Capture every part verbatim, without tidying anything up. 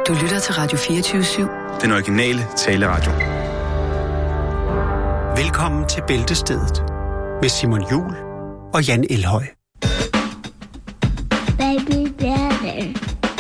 Du lytter til Radio fireogtyve syv. Den originale taleradio. Velkommen til Bæltestedet med Simon Juhl og Jan Elhøj. Baby better.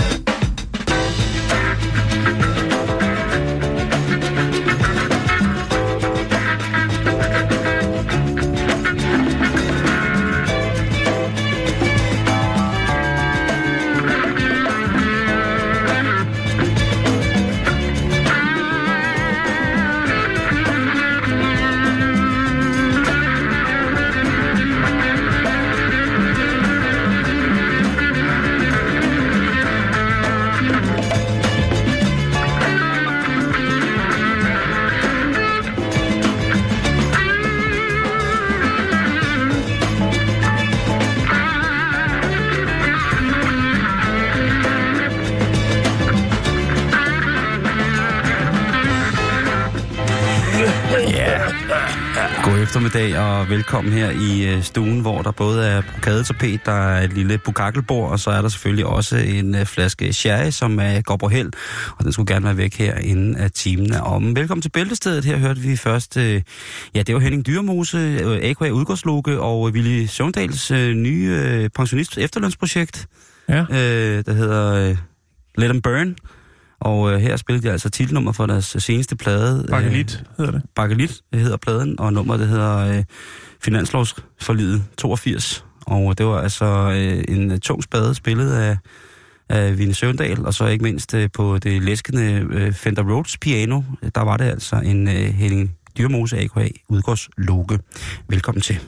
Eftermiddag og velkommen her i stuen, hvor der både er brokadetapet, der er et lille bukakkelbord, og så er der selvfølgelig også en flaske sherry, som er går på held, og den skulle gerne være væk her, inden at timen er om. Velkommen til Bæltestedet. Her hørte vi først, ja, det var Henning Dyremose, A K A Udgårdsloge og Willy Søvndals nye pensionist efterlønsprojekt, ja. øh, der hedder Let 'em Burn. Og øh, her spillede de altså titelnummer for deres seneste plade. Bakelit øh, hedder det. Bakelit hedder pladen, og nummeret det hedder øh, Finanslovsforliget toogfirs. Og det var altså øh, en tung spade spillet af, af Willy Søvndal, og så ikke mindst øh, på det læskende øh, Fender Rhodes piano. Der var det altså en øh, Henning Dyremose, A K A Udgårdsloge. Velkommen til.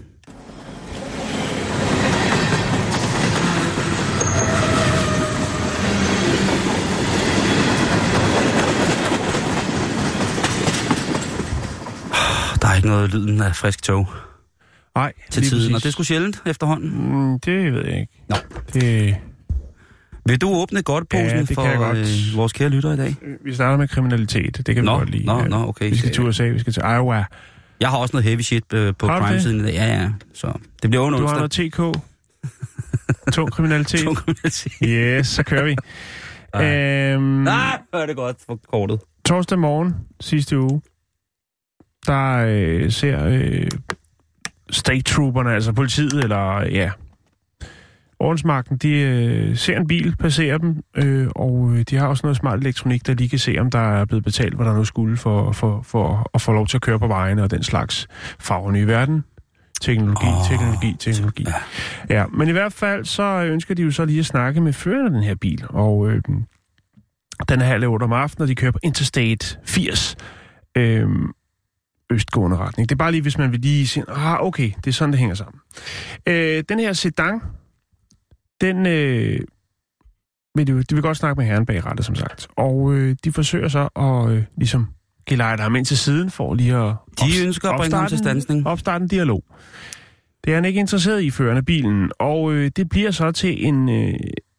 Der er ikke noget lyden af frisk tog. Nej. Til tiden, præcis. Og det er sgu sjældent efterhånden. Mm, det ved jeg ikke. Nå. Det... Vil du åbne godtposen ja, for øh, vores kære lyttere i dag? Vi starter med kriminalitet. Det kan nå, vi godt lide. Nå, nå, okay. Vi skal til U S A, vi skal til Iowa. Jeg har også noget heavy shit øh, på crime-siden i dag. Ja, ja. Så det bliver under Du har noget T K. Tung kriminalitet. Tung kriminalitet. Yes, så kører vi. øhm, Nej, er det godt for kortet. Torsdag morgen sidste uge, der øh, ser øh, state trooperne, altså politiet, eller ja, ordensmagten, de øh, ser en bil passere dem, øh, og de har også noget smart elektronik, der lige kan se, om der er blevet betalt, hvad der nu skulle for, for, for at få lov til at køre på vejene, og den slags farver nye verden. Teknologi, oh, teknologi, teknologi. Ja. ja, men i hvert fald, så ønsker de jo så lige at snakke med føreren af den her bil, og øh, den er halv otte om aftenen, og de kører på Interstate firs. Øh, østgående retning. Det er bare lige, hvis man vil lige sige, ah, okay, det er sådan, det hænger sammen. Øh, den her sedan, den øh, vil de, de vil godt snakke med herren bag rattet, som sagt. Og øh, de forsøger så at øh, ligesom gelejde ham ind til siden, for lige at de opst- ønsker at bringe ham til standsning. Opstarte en dialog. Det er han ikke interesseret i, føreren af bilen. Og øh, det bliver så til en, øh,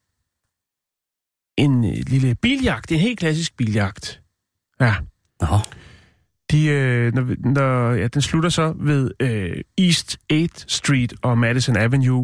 en øh, lille biljagt. En helt klassisk biljagt. Ja. Nå. De, øh, når, når, ja, den slutter så ved øh, East eighth Street og Madison Avenue.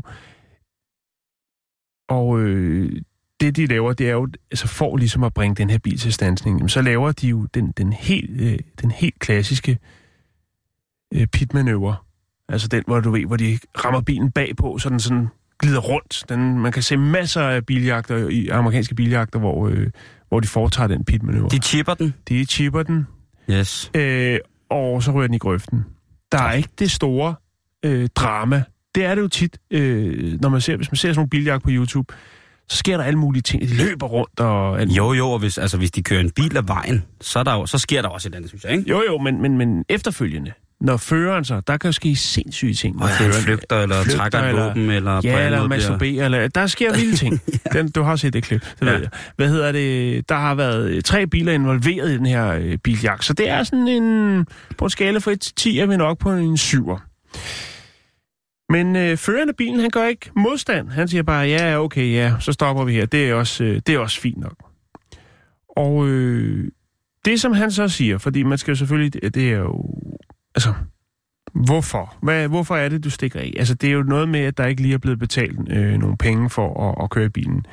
Og øh, det, de laver, det er jo, altså for ligesom at bringe den her bil til standsning, så laver de jo den, den, helt, øh, den helt klassiske øh, pitmanøvre. Altså den, hvor du ved, hvor de rammer bilen bagpå, så den sådan glider rundt. Den, man kan se masser af biljagter, i amerikanske biljagter, hvor, øh, hvor de foretager den pitmanøvre. De chipper den? De chipper den. Yes. Øh, og så rører den i grøften. Der er ikke det store øh, drama. Det er det jo tit, øh, når man ser, hvis man ser sådan nogle biljagt på YouTube, så sker der alle mulige ting. De løber rundt og... Alt jo, jo, og hvis, altså, hvis de kører en bil af vejen, så, er der jo, så sker der også et andet, synes jeg, ikke? Jo, jo, men, men, men efterfølgende, når føreren så, der kan jo ske sindssyge ting. Og han flygter, eller flygter, trækker et våben, eller... Ja, eller masturberer, eller... Der sker vilde ting. ja. Den, du har set det klip, det ja. ved jeg. Hvad hedder det? Der har været tre biler involveret i den her øh, biljagt, så det er sådan en... På en skala fra et til ti er vi nok på en syver. Men øh, føreren af bilen, han gør ikke modstand. Han siger bare, ja, okay, ja, så stopper vi her. Det er også, øh, det er også fint nok. Og øh, det, som han så siger, fordi man skal jo selvfølgelig... Det er jo... Altså, hvorfor? Hvad, hvorfor er det, du stikker af? Altså, det er jo noget med, at der ikke lige er blevet betalt øh, nogle penge for at, at køre bilen.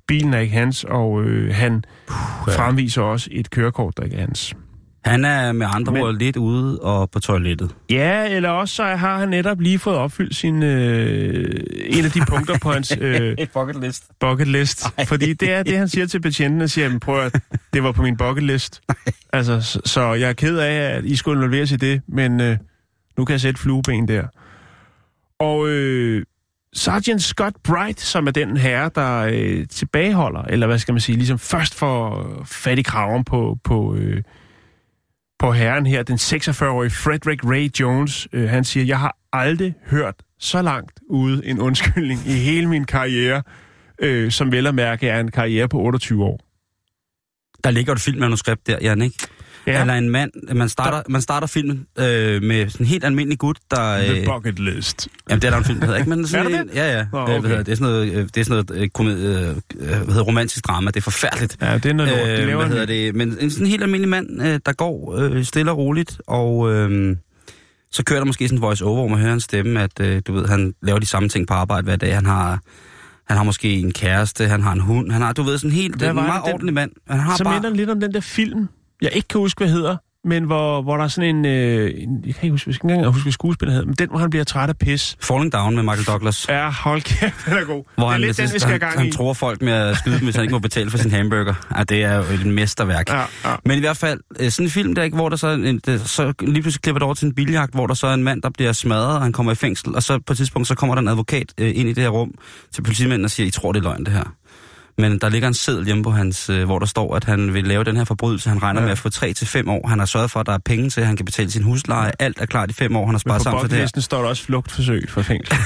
bilen er ikke hans, og øh, han Puh, ja. fremviser også et kørekort, der ikke er hans. Han er med andre Men- ord lidt ude og på toilettet. Ja, eller også så har han netop lige fået opfyldt sin, øh, en af de punkter på hans øh, Et bucket list. bucket list. Ej. Fordi det er det, han siger til betjenten, og siger, prøv at det var på min bucket list. Altså, så, så jeg er ked af, at I skulle involveres i det, men øh, nu kan jeg sætte flueben der. Og øh, Sergeant Scott Bright, som er den herre, der øh, tilbageholder, eller hvad skal man sige, ligesom først får fat i kraven på, på, øh, på herren her, den seksogfyrre-årige Frederick Ray Jones. Øh, han siger, jeg har aldrig hørt så langt ude en undskyldning i hele min karriere, øh, som vel at mærke er en karriere på otteogtyve år. Der ligger et filmmanuskript der, Jan, ikke? Ja. Eller en mand, man starter, man starter filmen øh, med sådan en helt almindelig gut, der... The Øh, bucket list. jamen, det er der en film, der hedder, ikke? Men sådan Er der en, det? ja, ja. Nå, Øh, hvad okay. hedder det? Det er sådan noget, øh, det er sådan noget øh, komedie, øh, hvad hedder romantisk drama. Det er forfærdeligt. Ja, det er noget lort. De Øh, laver hvad en- hedder det? Men en sådan helt almindelig mand, øh, der går øh, stille og roligt, og øh, så kører der måske sådan en voice-over, hvor man hører en stemme, at øh, du ved, han laver de samme ting på arbejde hver dag. Han har... Han har måske en kæreste, han har en hund, han har, du ved, sådan en helt Hvad en var meget det, den- ordentlig mand. Han har Så bare... minder den lidt om den der film, jeg ikke kan huske, hvad hedder, men hvor, hvor der er sådan en, øh, en... Jeg kan ikke huske, jeg skal ikke engang huske, hvad skuespiller hedder, men den, hvor han bliver træt af pis. Falling Down med Michael Douglas. Ja, hold kæft, den er god. Hvor det er han, lidt den, vi skal have han, gang han i. tror folk med at skyde dem, hvis han ikke må betale for sin hamburger. Ja, det er jo et mesterværk. Ja, ja. Men i hvert fald, øh, sådan en film der, ikke, hvor der så, en, det, så lige pludselig klipper det over til en biljagt, hvor der så er en mand, der bliver smadret, og han kommer i fængsel, og så på et tidspunkt, så kommer der en advokat øh, ind i det her rum til politimændene og siger, I tror, det er løgn, det her. Men der ligger en seddel hjemme på hans, øh, hvor der står, at han vil lave den her forbrydelse. Han regner Ja. med at få tre til fem år. Han har sørget for, at der er penge til, at han kan betale sin husleje. Alt er klart i fem år. Han har Men sparet på sammen til det her. bucketlisten står der også flugtforsøg for fængsel.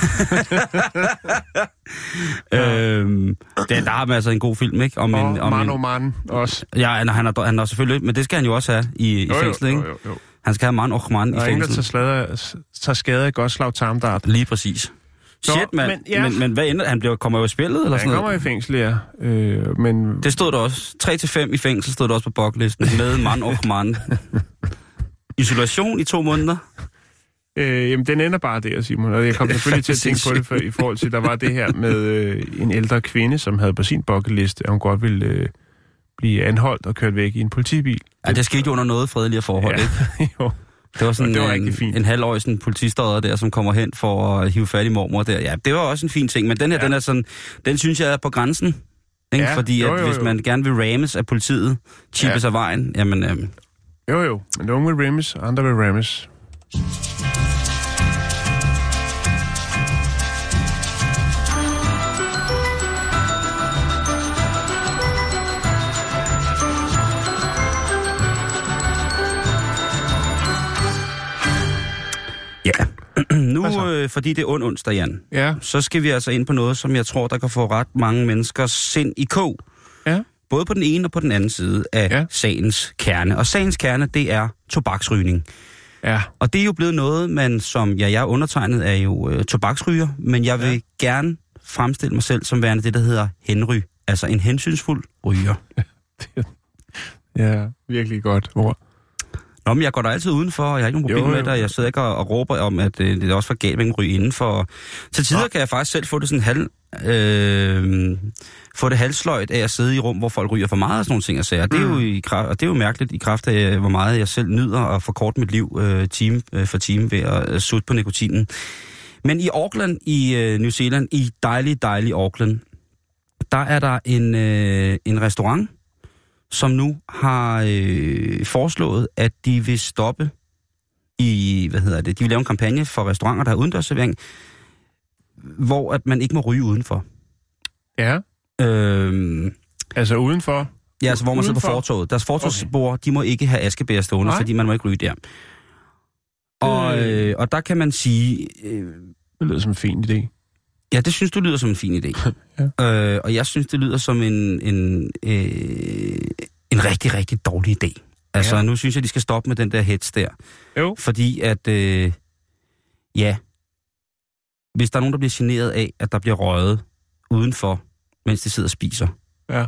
Øhm, det, der har man altså en god film, ikke? Om Og en, om man en, og man også. ja, han, han, har, han har selvfølgelig, men det skal han jo også have i, i Jo, jo, fængslet, ikke? jo, jo, jo. Han skal have man og man i Der er ingen, der fængslet. tager, slade, tager skade af godt slag tarmdart. Lige præcis. Nå, Shit, mand. men Men, ja. men, men hvad ender han? Bliver, kommer jo i spillet, eller Han sådan kommer noget? i fængsel, ja. Øh, men Det stod der også. tre til fem i fængsel stod der også på bucketlisten. Med man og man. Isolation i to måneder. Øh, jamen, den ender bare der, Simon. Og jeg kom selvfølgelig til at tænke på det for, i forhold til, at der var det her med øh, en ældre kvinde, som havde på sin bucketliste, at hun godt ville øh, blive anholdt og kørt væk i en politibil. Ja, det skete jo under noget fredeligere forhold, Ja. ikke? jo. Det var sådan det var en, rigtig fint. en halvårig sådan politistodder der, som kommer hen for at hive fat i mormor der. Ja, det var også en fin ting, men den her, Ja. ja. den er sådan, den synes jeg er på grænsen. Ikke? Ja, Fordi jo, at jo, hvis jo. man gerne vil rammes af politiet, chippes Ja. af vejen, jamen... Øhm, Jo, jo. Men nogle vil rammes, andre vil rammes. ja. nu, Hvad så? øh, fordi det er ond onsdag, Jan, Ja, så skal vi altså ind på noget, som jeg tror, der kan få ret mange menneskers sind i kog. ja. Både på den ene og på den anden side af Ja. ja. sagens kerne. Og sagens kerne, det er tobaksrygning. Ja. Og det er jo blevet noget, man som, ja, jeg er undertegnet er jo øh, tobaksryger, men jeg vil ja. gerne fremstille mig selv som værende det, der hedder henry. Altså en hensynsfuld ryger. Ja, virkelig godt ord. Nå, men jeg går der altid udenfor, og jeg har ikke nogen Jo, problemer med jo. det, og jeg sidder ikke og, og råber om, at øh, det er også for galt, man kan ryge indenfor. Til tider Nå. kan jeg faktisk selv få det sådan halv... Øh, få det halvsløjt af at sidde i rum, hvor folk ryger for meget og sådan nogle ting. Altså. Og, det er jo i, kraft- og det er jo mærkeligt i kraft af, hvor meget jeg selv nyder at forkorte mit liv øh, time øh, for time ved at øh, sutte på nikotinen. Men i Auckland i øh, New Zealand, i dejlige, dejlige Auckland, der er der en, øh, en restaurant, som nu har øh, foreslået, at de vil stoppe i, hvad hedder det, de vil lave en kampagne for restauranter, der har udendørsservering, hvor at man ikke må ryge udenfor. Ja, Øhm, altså udenfor. ja, altså hvor man sidder på Udenfor? fortovet. Deres fortovsbord, okay. De må ikke have askebær stående, Nej. fordi man må ikke ryge der. Og, øh, og der kan man sige, øh, Det lyder som en fin idé. ja, det synes du lyder som en fin idé. ja. øh, og jeg synes, det lyder som en, en, øh, en rigtig, rigtig dårlig idé. Altså, Ja. nu synes jeg, de skal stoppe med den der hets der. Jo. Fordi at, øh, ja, hvis der er nogen, der bliver generet af, at der bliver røget udenfor, mens de sidder og spiser. Ja.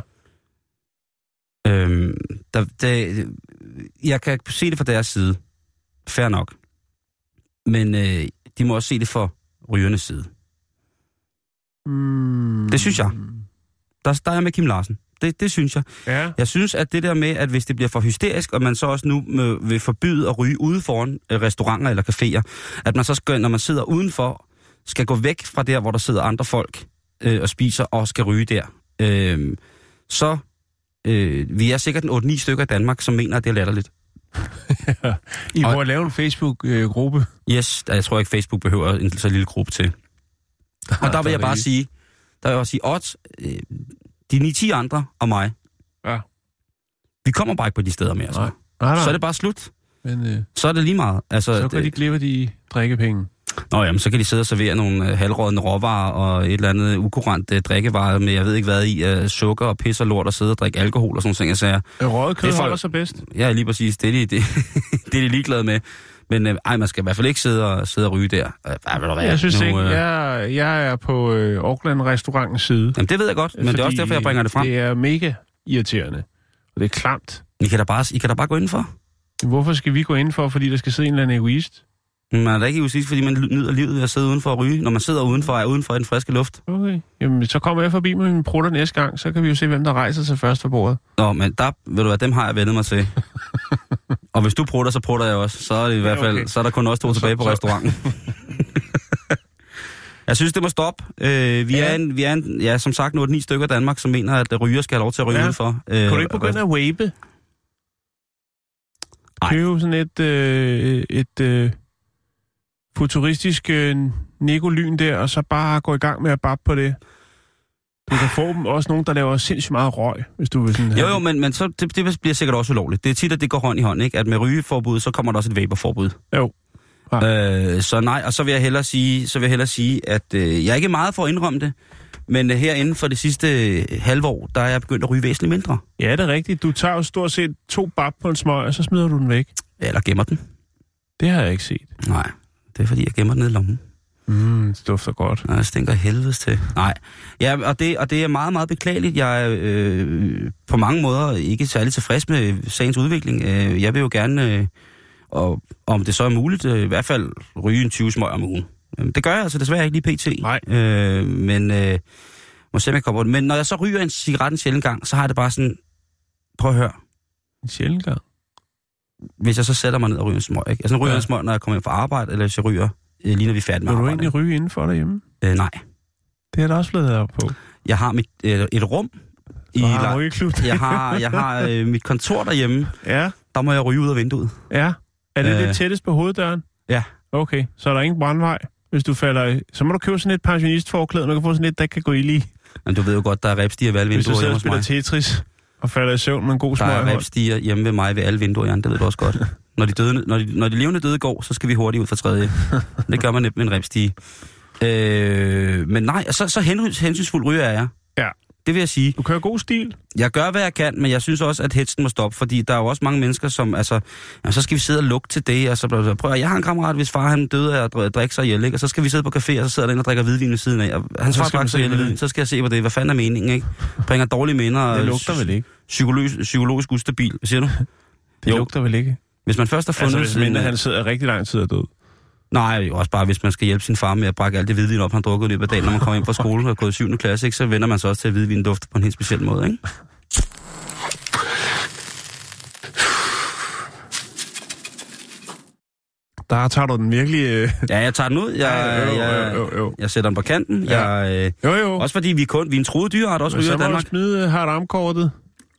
Øhm, der, der, jeg kan se det fra deres side. Fair nok. Men øh, de må også se det fra rygernes side. Mm. Det synes jeg. Der, der er jeg med Kim Larsen. Det, det synes jeg. Ja. Jeg synes, at det der med, at hvis det bliver for hysterisk, og man så også nu med, vil forbyde at ryge ude foran øh, restauranter eller caféer, at man så skal, når man sidder udenfor, skal gå væk fra der, hvor der sidder andre folk øh, og spiser, og skal ryge der. Øh, så øh, vi er sikkert en otte ni stykker i Danmark, som mener, at det er latterligt. Ja. I må lave en Facebook-gruppe. Yes, jeg tror ikke, Facebook behøver en så lille gruppe til. Og der vil jeg bare sige, der vil jeg sige, odds, øh, de ni ti andre og mig, ja. Vi kommer bare ikke på de steder mere. Så, nej. Nej, nej. så er det bare slut. Men, øh, så er det lige meget. Altså, så kan det, de glemme de drikkepenge. Nå jamen, så kan de sidde og servere nogle øh, halvrådne råvarer og et eller andet ukurant øh, drikkevarer med, jeg ved ikke hvad i, øh, sukker og pis og lort og sidde og drikke alkohol og sådan ting, jeg siger. Røget kød holder sig bedst. Ja, lige præcis. Det er de, det, det er de ligeglade med. Men øh, ej, man skal i hvert fald ikke sidde og, sidde og ryge der. Øh, hvad, jeg synes nu, ikke, øh... jeg, jeg er på øh, Auckland-restaurantens side. Jamen det ved jeg godt, men det er også derfor, jeg bringer det frem. Det er mega irriterende. Og det er klamt. I kan da bare, I kan da bare gå indenfor. Hvorfor skal vi gå indenfor, fordi der skal sidde en eller anden egoist? Man er da ikke egoist, fordi man nyder livet ved at sidde udenfor og ryge. Når man sidder udenfor, er udenfor i den friske luft. Okay. Jamen, så kommer jeg forbi med min prutter næste gang, så kan vi jo se, hvem der rejser sig først fra bordet. Nå, men der, ved du hvad, dem har jeg vendet mig til. Og hvis du prutter, så prutter jeg også. Så er det i hvert fald, okay. Så er der kun også to tilbage på restauranten. Jeg synes, det må stoppe. Øh, vi, ja. er en, vi er en, ja, som sagt, otte ni stykker i Danmark, som mener, at ryger skal have lov til at ryge ja. udenfor. Øh, kan du ikke begynde at vape? Købe sådan et, øh, et øh, futuristisk øh, Negolyn der, og så bare gå i gang med at babbe på det. Du kan få dem også nogen, der laver sindssygt meget røg, hvis du vil sådan Jo, jo, men, men så, det, det bliver sikkert også ulovligt. Det er tit, at det går hånd i hånd, ikke? At med rygeforbud, så kommer der også et vaporforbud. Jo. Ja. Øh, så nej, og så vil jeg hellere sige, så vil jeg hellere sige at øh, jeg er ikke meget for at indrømme det, men øh, her inden for det sidste øh, halve år, der er jeg begyndt at ryge væsentligt mindre. Ja, det er rigtigt. Du tager jo stort set to bab på en smøg, og så smider du den væk. Eller gemmer den. Det har jeg ikke set. Nej, det er fordi, jeg gemmer den ned i lommen. Mm, det dufter godt. Nej, det stinker helvedes til. Nej, ja, og det, og det er meget, meget beklageligt. Jeg er øh, på mange måder ikke særlig tilfreds med sagens udvikling. Øh, jeg vil jo gerne, øh, og om det så er muligt, øh, i hvert fald ryge en tyve smøg om ugen. Det gør jeg altså desværre ikke lige pt. Nej. Øh, men øh, må se, om jeg kommer på det. Men når jeg så ryger en cigaret en sjældent gang, så har jeg det bare sådan, prøv at høre. En sjældent gang? Hvis jeg så sætter mig ned og ryger en smøg, ikke? Altså, jeg ryger ja. en smøg, når jeg kommer hjem fra arbejde, eller hvis jeg ryger, øh, lige når vi er færdige med arbejde. Vil du egentlig ryge indenfor derhjemme? Øh, nej. Det er der også blevet op på. Jeg har mit, øh, et rum. Så i har la- jeg har, jeg har øh, mit kontor derhjemme. Ja. Der må jeg ryge ud af vinduet. Ja. Er det øh, det tættest på hoveddøren? Ja. Okay, så er der ingen brandvej, hvis du falder i. Så må du købe sådan et pensionistforklæde, og du kan få sådan et, der kan gå i lige. Men du ved jo godt, der er repstiger ved alle vinduer hjemme hos mig. Hvis du selv spiller Tetris og falder i søvn med en god smøg. Der er repstiger hjemme ved mig ved alle vinduer, Jan. Det ved du også godt. Når de, døde, når, de, når de levende døde går, så skal vi hurtigt ud fra tredje. Det gør man nemt med en repstige. Øh, men nej, så, så hensyn, hensynsfuld ryger er jeg. Ja. Det vil jeg sige. Du kører god stil. Jeg gør, hvad jeg kan, men jeg synes også, at hetsen må stoppe, fordi der er jo også mange mennesker, som, altså, jamen, så skal vi sidde og lugte til det, og så prøv at, jeg har en kammerat, hvis far han døde af at drikke sig ihjel, ikke? Og så skal vi sidde på café, og så sidder der og drikker hvidvin ved siden af, og hans far drak sig ihjel, så skal jeg se på det. Hvad fanden er meningen, ikke? Bringer dårlige minder. Det lugter vel ikke? Psykologisk, psykologisk ustabil, hvad siger du? Det jo. Lugter vel ikke? Hvis man først har fundet... Altså, hvis mindre, han sidder rigtig lang tid og død. Nej, jo også bare, hvis man skal hjælpe sin far med at brække alt det hvidvin op, han drukker i løbet af dagen, når man kommer ind fra skole og er gået i syvende klasse, ikke, så vender man sig også til at hvidvin dufter på en helt speciel måde, ikke? Der tager du den virkelig... Øh... Ja, jeg tager den ud. Jeg, jo, jo, jeg, jo, jo. jeg sætter den på kanten. Ja. Jeg, øh, jo, jo. Også fordi vi er, kun, vi er en truet dyreart, også ryger i Danmark. Så må du smide hardt armkortet.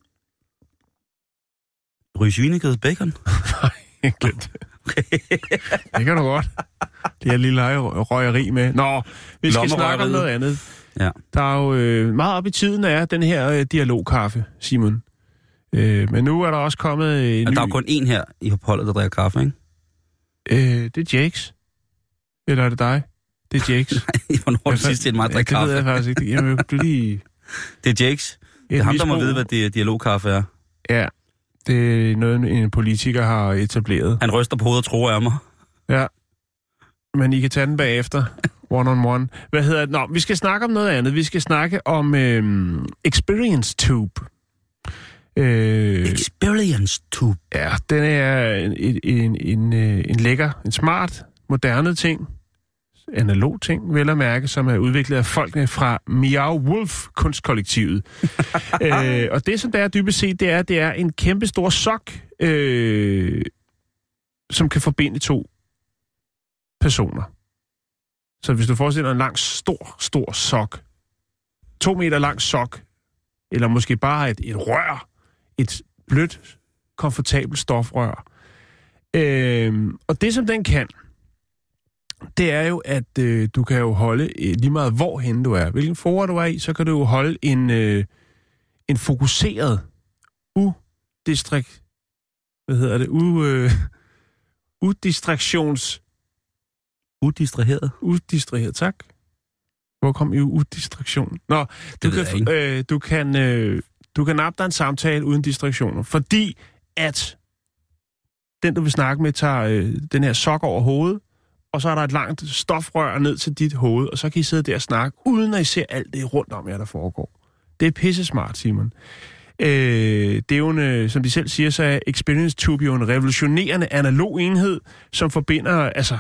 Ryge svinekød bacon? Nej, ikke glemt. Okay. Det kan du godt. Det er lille røgeri med. Nå, vi skal snakke om noget andet. Ja. Der er jo øh, meget op i tiden af den her øh, dialogkaffe, Simon. Øh, men nu er der også kommet en ny... Der er kun én her i opholdet, der drikker kaffe, ikke? Øh, det er Jakes. Eller er det dig? Det er Jakes. Nej, hvornår har du sidst set mig at drikke ja, kaffe? Det ved jeg faktisk ikke. Jamen, du lige... Det er Jakes. Det er ham, der må vide, hvad det dialogkaffe er. Ja. Det er noget, en politiker har etableret. Han ryster på hovedet og tror af mig. Ja. Men I kan tage den bagefter. One on one. Hvad hedder det? Nå, vi skal snakke om noget andet. Vi skal snakke om øhm, Experience Tube. Øh, Experience Tube? Ja, den er en, en, en, en, en lækker, en smart, moderne ting, analog ting, vel at mærke, som er udviklet af folkene fra Meow Wolf kunstkollektivet. øh, og det, som der er dybest set, det er, det er en kæmpe stor sok, øh, som kan forbinde to personer. Så hvis du forestiller en lang, stor, stor sok, to meter lang sok, eller måske bare et, et rør, et blødt, komfortabelt stofrør. Øh, og det, som den kan, det er jo, at øh, du kan jo holde øh, lige meget hvorhen du er. Hvilken forer du er i, så kan du jo holde en, øh, en fokuseret, udistrik... Hvad hedder det? U, øh, udistraktions... Udistraheret? Udistraheret, tak. Hvor kom I udistraktion? Nå, du kan, øh, du, kan, øh, du kan nappe dig en samtale uden distraktioner, fordi at den, du vil snakke med, tager øh, den her sok over hovedet, og så er der et langt stofrør ned til dit hoved, og så kan I sidde der og snakke, uden at I ser alt det rundt om jer, der foregår. Det er pisse smart, Simon. Øh, det er jo en, som de selv siger, så er Experience Tube jo en revolutionerende analog enhed, som forbinder, altså,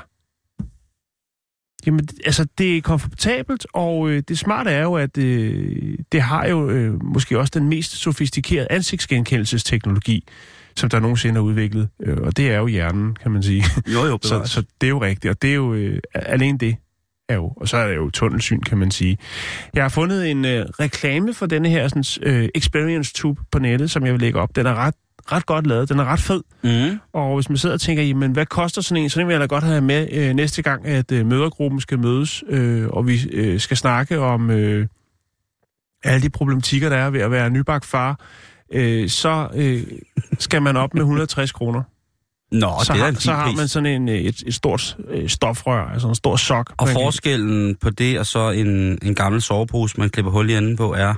jamen, altså det er komfortabelt, og øh, det smarte er jo, at øh, det har jo øh, måske også den mest sofistikerede ansigtsgenkendelsesteknologi, som der nogensinde er udviklet. Øh, og det er jo hjernen, kan man sige. Jo, jo, så, så det er jo rigtigt, og det er jo øh, alene det er jo, og så er det jo tunnelsyn, kan man sige. Jeg har fundet en øh, reklame for denne her sådan, øh, Experience Tube på nettet, som jeg vil lægge op. Den er ret, ret godt lavet, den er ret fed. Mm. Og hvis man sidder og tænker, jamen hvad koster sådan en, så den vil jeg da godt have med øh, næste gang, at øh, mødergruppen skal mødes, øh, og vi øh, skal snakke om øh, alle de problematikker, der er ved at være nybagt far, øh, så øh, skal man op med et hundrede og tres kroner. Nå, så det er har, en fin så har pris. man sådan en, et, et stort øh, stofrør, altså en stor sok. Og forskellen på det og så en, en gammel sovepose, man klipper hul i enden på, er?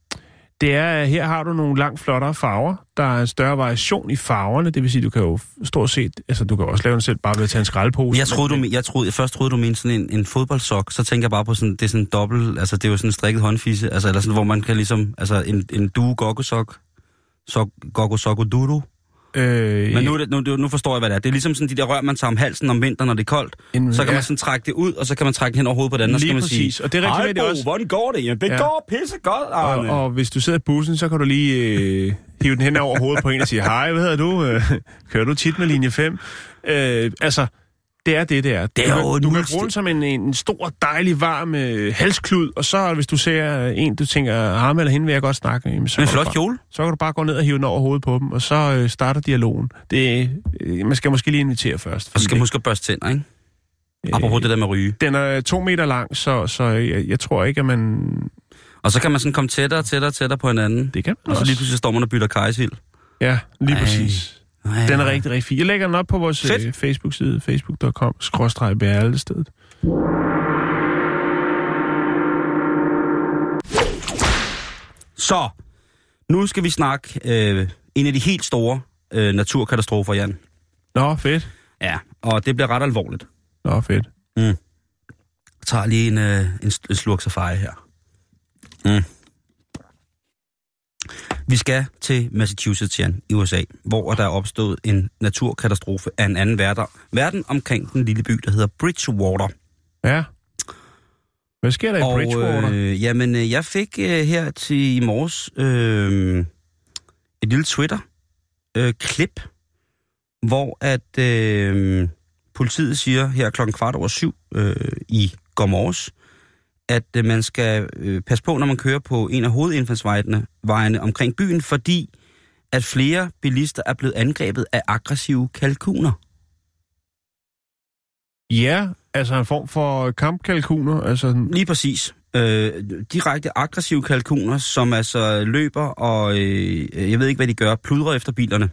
Det er, her har du nogle langt flottere farver. Der er en større variation i farverne, det vil sige, du kan jo stort set, altså du kan også lave den selv bare ved at tage en skraldepose. Jeg troede, du, jeg troede, først troede du mente sådan en, en fodboldsok, så tænker jeg bare på sådan, det er sådan en dobbelt, altså det er jo sådan en strikket håndfisse, altså eller sådan, hvor man kan ligesom, altså en, en due gokkosok, sok, gokkosokuduru. Øh, Men nu, det, nu, nu forstår jeg, hvad det er. Det er ligesom sådan de der rør, man tager om halsen om vinteren, når det er koldt. En, så kan ja. man sådan trække det ud, og så kan man trække det hen over hovedet på den anden, og så kan man præcis. sige, og det er rigtig Bo, også. hvordan går det? Ja, det ja. går pisse godt, Arne. Og, og hvis du sidder i bussen, så kan du lige øh, hive den hen over hovedet på en og sige, hej, hvad hedder du? Øh, kører du tit med linje fem? Øh, altså, det er det, det er. Det er du, jo du kan bruge den som en, en stor, dejlig, varm øh, halsklud, og så hvis du ser en, du tænker, ham eller hende vil jeg godt snakke. Jamen, så en flot kjole. Så kan du bare gå ned og hive den over hovedet på dem, og så øh, starter dialogen. Det, øh, man skal måske lige invitere først. Og så skal man huske at børste tænder, ikke? Øh, Apropos det der med ryge. Den er to meter lang, så, så jeg, jeg tror ikke, at man... Og så kan man sådan komme tættere, tættere, tættere på hinanden. Det kan man Og så lige pludselig står man og bytter kajsild. Ja, lige Ej. præcis. Ej, den er rigtig, rigtig fin. Jeg lægger den op på vores øh, Facebook-side, facebook punktum com skråstreg bæraldestedet. Så, nu skal vi snakke øh, en af de helt store øh, naturkatastrofer, Jan. Nå, fedt. Ja, og det bliver ret alvorligt. Nå, fedt. Mm. Jeg tager lige en, øh, en, en slurk safari her. Mm. Vi skal til Massachusetts, Jan, i U S A, hvor der er opstået en naturkatastrofe af en anden verden, verden omkring den lille by, der hedder Bridgewater. Ja. Hvad sker der i og, Bridgewater? Øh, jamen, øh, jeg fik øh, her til i morges øh, et lille Twitter-klip, øh, hvor at øh, politiet siger her klokken kvart over syv øh, i går morges, at øh, man skal øh, passe på, når man kører på en af hovedindfaldsvejene vejene omkring byen, fordi at flere bilister er blevet angrebet af aggressive kalkuner. Ja, altså en form for kampkalkuner. Altså... Lige præcis. Øh, direkte aggressive kalkuner, som altså løber og, øh, jeg ved ikke, hvad de gør, pludrer efter bilerne.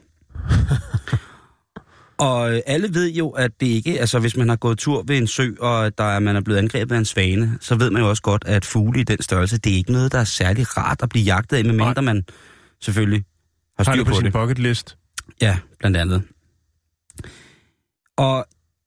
Og øh, alle ved jo, at det ikke, altså hvis man har gået tur ved en sø, og der er, man er blevet angrebet af en svane, så ved man jo også godt, at fugle i den størrelse, det er ikke noget, der er særlig rart at blive jagtet af, medmindre man selvfølgelig har styr har det på, på sin det. bucket list. Ja, blandt andet. Og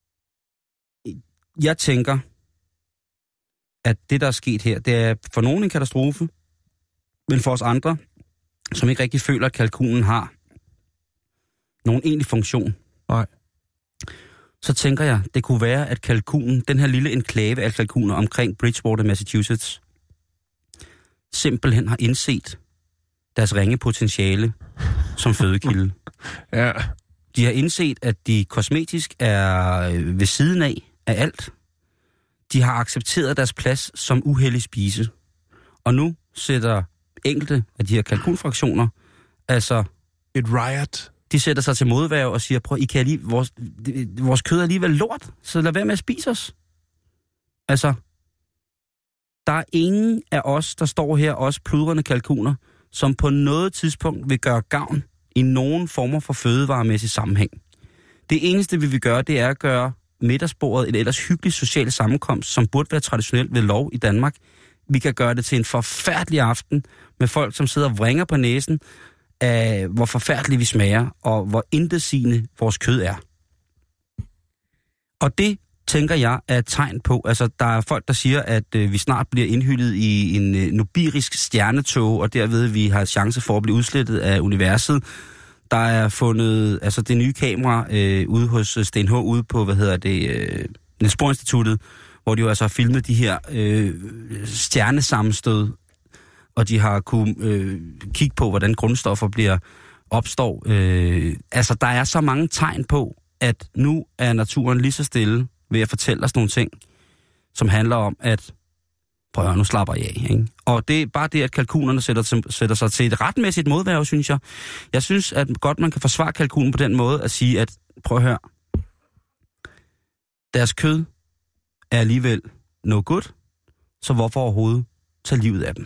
jeg tænker, at det, der er sket her, det er for nogen en katastrofe, men for os andre, som ikke rigtig føler, at kalkunen har nogen egentlig funktion, Nej. så tænker jeg, det kunne være, at kalkunen, den her lille enklave af kalkuner omkring Bridgewater, Massachusetts, simpelthen har indset deres ringe potentiale som fødekilde. Ja. De har indset, at de kosmetisk er ved siden af, af alt. De har accepteret deres plads som uheldig spise. Og nu sætter enkelte af de her kalkunfraktioner, altså... Et riot. De sætter sig til modværge og siger, prøv, I kan lige, vores, vores kød er alligevel lort, så lad være med at spise os. Altså, der er ingen af os, der står her, os pludrende kalkuner, som på noget tidspunkt vil gøre gavn i nogen former for fødevaremæssig sammenhæng. Det eneste, vi vil gøre, det er at gøre middagsbordet et ellers hyggeligt socialt sammenkomst, som burde være traditionelt ved lov i Danmark. Vi kan gøre det til en forfærdelig aften med folk, som sidder og vringer på næsen af, hvor forfærdeligt vi smager, og hvor intetsigende vores kød er. Og det tænker jeg er et tegn på. Altså, der er folk, der siger, at øh, vi snart bliver indhyllet i en øh, nobirisk stjernetog, og derved vi har chance for at blive udslettet af universet. Der er fundet, altså det nye kamera øh, ude hos Sten H. ude på, hvad hedder det, øh, Niels Bohr Instituttet, hvor de jo altså har filmet de her øh, stjernesammenstød, og de har kunnet øh, kigge på, hvordan grundstoffer bliver opstår. Øh, altså, der er så mange tegn på, at nu er naturen lige så stille ved at fortælle os nogle ting, som handler om, at prøv at høre, nu slapper jeg af. Ikke? Og det er bare det, at kalkunerne sætter, til, sætter sig til et retmæssigt modværge, synes jeg. Jeg synes, at godt man kan forsvare kalkunen på den måde at sige, at prøv at høre, deres kød er alligevel no good, så hvorfor overhovedet tage livet af dem?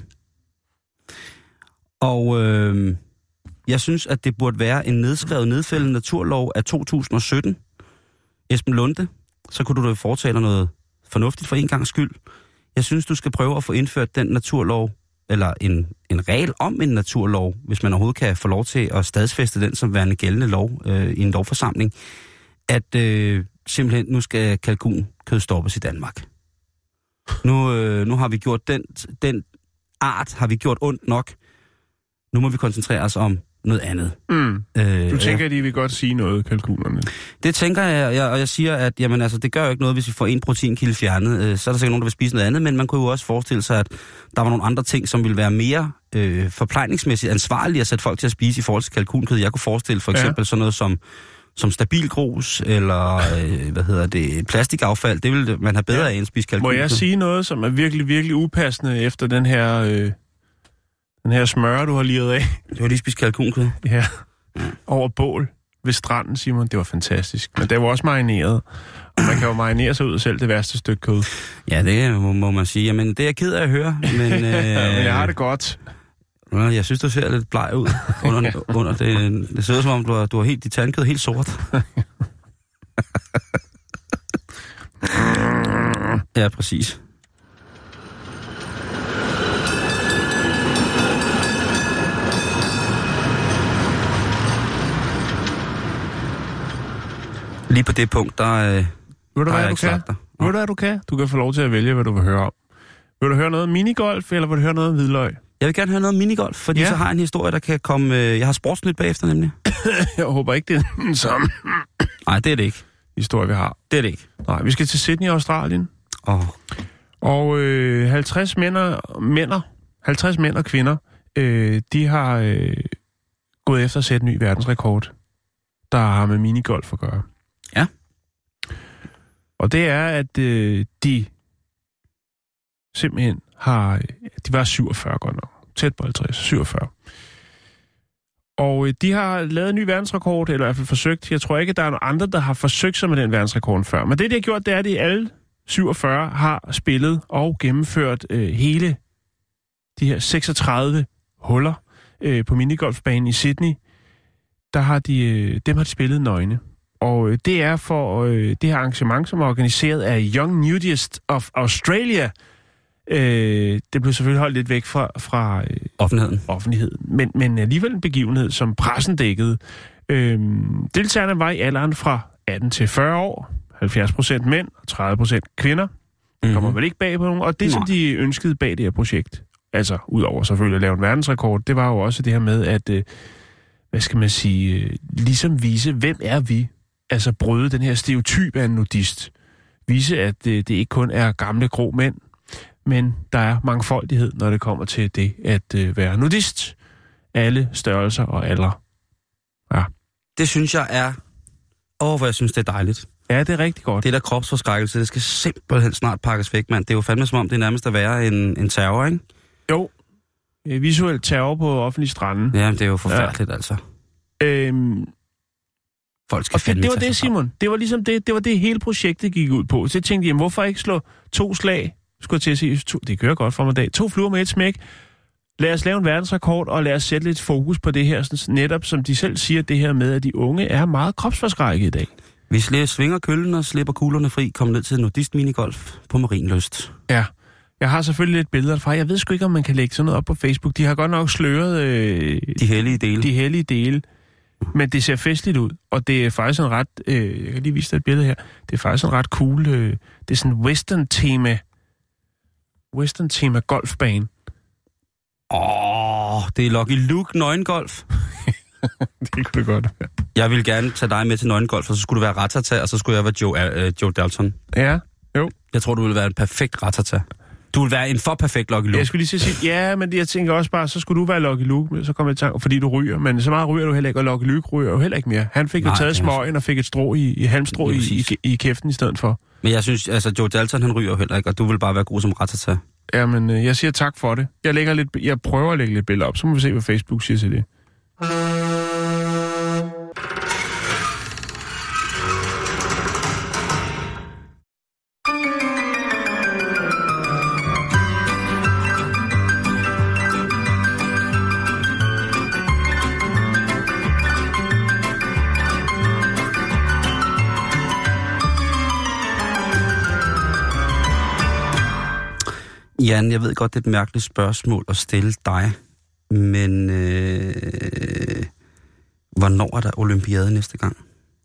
Og øh, jeg synes, at det burde være en nedskrevet, nedfældende naturlov af to tusind og sytten. Esben Lunde, så kunne du da foretage dig noget fornuftigt for en gangs skyld. Jeg synes, du skal prøve at få indført den naturlov, eller en, en regel om en naturlov, hvis man overhovedet kan få lov til at stadsfæste den som værende gældende lov øh, i en lovforsamling, at øh, simpelthen nu skal kalkunkød stoppes i Danmark. Nu, øh, nu har vi gjort den, den art, har vi gjort ondt nok. Nu må vi koncentrere os om noget andet. Mm. Øh, du tænker, ja. at de vil godt sige noget, kalkunerne? Det tænker jeg, jeg, og jeg siger, at jamen, altså, det gør jo ikke noget, hvis vi får en proteinkilde fjernet. Øh, så er der sikkert nogen, der vil spise noget andet, men man kunne jo også forestille sig, at der var nogle andre ting, som ville være mere øh, forplejningsmæssigt ansvarlige at sætte folk til at spise i forhold til kalkunkød. Jeg kunne forestille for eksempel ja. sådan noget som, som stabil grus, eller øh, hvad hedder det, plastikaffald. Det ville man have bedre ja. af end at spise kalkunkød. Må jeg sige noget, som er virkelig, virkelig upassende efter den her... Øh Den her smør, du har liret af. Du har lige spist kalkunkød. Ja. Over bål ved stranden, Simon. Det var fantastisk. Men det var også marineret. Og man kan jo marinere sig ud af selv det værste stykke kød. Ja, det må, må man sige. Jamen, det er jeg ked af at høre. Men, øh, men jeg har det godt. Jeg synes, du ser lidt bleg ud under, under det. Det ser ud som om, du har, du har helt, dit tandkød helt sort. Ja, præcis. Lige på det punkt, der, øh, ved du, der hvad, jeg du ikke kan? sagt dig. Ved du, hvad du kan? Du kan få lov til at vælge, hvad du vil høre om. Vil du høre noget minigolf, eller vil du høre noget om hvidløg? Jeg vil gerne høre noget om minigolf, fordi ja. så har jeg en historie, der kan komme... Øh, jeg har sportsnyt bagefter, nemlig. Jeg håber ikke, det er den samme. Nej, det er det ikke. Historie, vi har. Det er det ikke. Nej, vi skal til Sydney, Australien. Oh. Og øh, halvtreds mænd og, mænder, halvtreds mænd og kvinder, øh, de har øh, gået efter at sætte en ny verdensrekord, der har med minigolf at gøre. Ja. Og det er, at øh, de simpelthen har... De var syvogfyrre godt nok. Tæt på halvtreds. syvogfyrre. Og øh, de har lavet en ny verdensrekord, eller i hvert fald forsøgt. Jeg tror ikke, at der er nogen andre, der har forsøgt sig med den verdensrekord før. Men det, de har gjort, det er, at de alle syvogfyrre har spillet og gennemført øh, hele de her seksogtredive huller øh, på minigolfbanen i Sydney. Der har de, øh, dem har de spillet nøgne. Og øh, det er for øh, det her arrangement, som er organiseret af Young Nudists of Australia. Øh, det blev selvfølgelig holdt lidt væk fra, fra øh, offentligheden. offentligheden. Men, men alligevel en begivenhed, som pressen dækkede. Øh, deltagerne var i alderen fra atten til fyrre år. halvfjerds procent mænd og tredive procent kvinder. Det kommer mm-hmm. vel ikke bag på nogen. Og det, Nej. som de ønskede bag det her projekt, altså udover selvfølgelig at lave en verdensrekord, det var jo også det her med at, øh, hvad skal man sige, øh, ligesom vise, hvem er vi altså bryde den her stereotyp af en nudist. Vise, at det, det ikke kun er gamle grå mænd, men der er mangfoldighed, når det kommer til det at øh, være nudist. Alle størrelser og alder. Ja. Det synes jeg er... Åh, hvor jeg synes, det er dejligt. Ja, det er rigtig godt. Det der kropsforskrækkelse, det skal simpelthen snart pakkes væk, mand. Det er jo fandme som om, det er nærmest at være en, en terror, ikke? Jo. Visuelt terror på offentlig stranden. Ja, det er jo forfærdeligt, ja. altså. Øhm, Folk skal og fandme det, det var tage det, sig Simon. Det var ligesom det, det var det hele projektet gik ud på. Så jeg tænkte, jamen, hvorfor ikke slå to slag, skulle jeg til at sige, to, det kører godt for mig i dag, to fluer med et smæk. Lad os lave en verdensrekord, og lad os sætte lidt fokus på det her, sådan, netop som de selv siger, det her med, at de unge er meget kropsforskrækket i dag. Vi slet svinger køllen og slipper kuglerne fri, kom ned til nudist minigolf på Marienlyst. Ja, jeg har selvfølgelig lidt billeder fra. Jeg ved sgu ikke, om man kan lægge sådan noget op på Facebook. De har godt nok sløret øh, de hellige dele. De hellige dele. Men det ser festligt ud, og det er faktisk en ret... Øh, jeg kan lige vise dig et billede her. Det er faktisk en ret cool... Øh, det er sådan en western-tema... Western-tema golfbane. Åh, oh, det er Lucky Luke nøgengolf. Det kunne det godt være. Jeg vil gerne tage dig med til nøgengolf, og så skulle du være Ratata, og så skulle jeg være Joe, uh, Joe Dalton. Ja, jo. Jeg tror, du ville være en perfekt Ratata. Du vil være en for perfekt Lucky Luke. Jeg skulle lige sige, ja, men jeg tænker også bare, så skulle du være Lucky Luke, så kommer jeg til, fordi du ryger. Men så meget ryger du heller ikke, og Lucky Luke ryger jo heller ikke mere. Han fik Nej, jo taget smøgen og fik et strå i, i halmstrå i, i, i kæften i stedet for. Men jeg synes, altså Joe Dalton, han ryger jo heller ikke, og du vil bare være god som Ratata. Jamen, øh, jeg siger tak for det. Jeg, lægger lidt, jeg prøver at lægge lidt billeder op, så må vi se, hvad Facebook siger til det. Jan, jeg ved godt, det er et mærkeligt spørgsmål at stille dig, men øh, hvornår er der olympiade næste gang?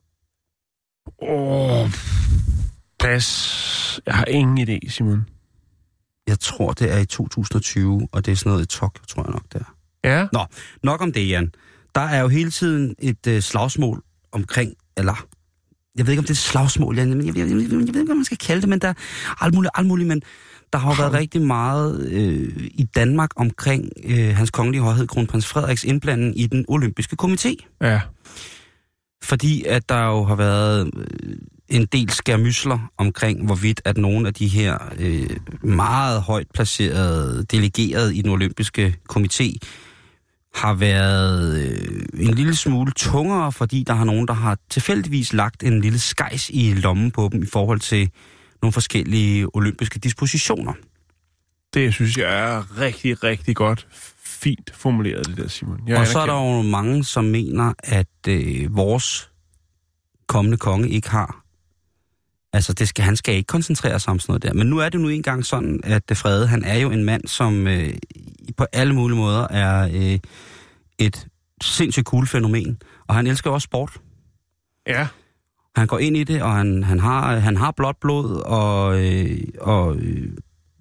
Åh, oh, pas. Jeg har ingen idé, Simon. Jeg tror, det er i to tusind og tyve, og det er sådan noget i Tokyo, tror jeg nok, det er. Ja? Nå, nok om det, Jan. Der er jo hele tiden et øh, slagsmål omkring, eller... Jeg ved ikke, om det er et slagsmål, Jan, men jeg, jeg, jeg, jeg ved ikke, hvad man skal kalde det, men der er alt muligt, alt muligt, men... Der har været rigtig meget øh, i Danmark omkring øh, hans kongelige højhed, kronprins Frederiks indblanding i den olympiske komité. Ja. Fordi at der jo har været øh, en del skærmysler omkring, hvorvidt at nogle af de her øh, meget højt placerede delegerede i den olympiske komité har været øh, en lille smule tungere, fordi der har nogen, der har tilfældigvis lagt en lille skejs i lommen på dem i forhold til nogle forskellige olympiske dispositioner. Det synes jeg er rigtig, rigtig godt. Fint formuleret, det der, Simon. Jeg og så er der jo mange, som mener, at øh, vores kommende konge ikke har... Altså, det skal, han skal ikke koncentrere sig om sådan noget der. Men nu er det nu engang sådan, at det Frede, han er jo en mand, som øh, på alle mulige måder er øh, et sindssygt cool fænomen. Og han elsker også sport. Ja. Han går ind i det, og han, han, har, han har blåt blod, og, øh, og, øh,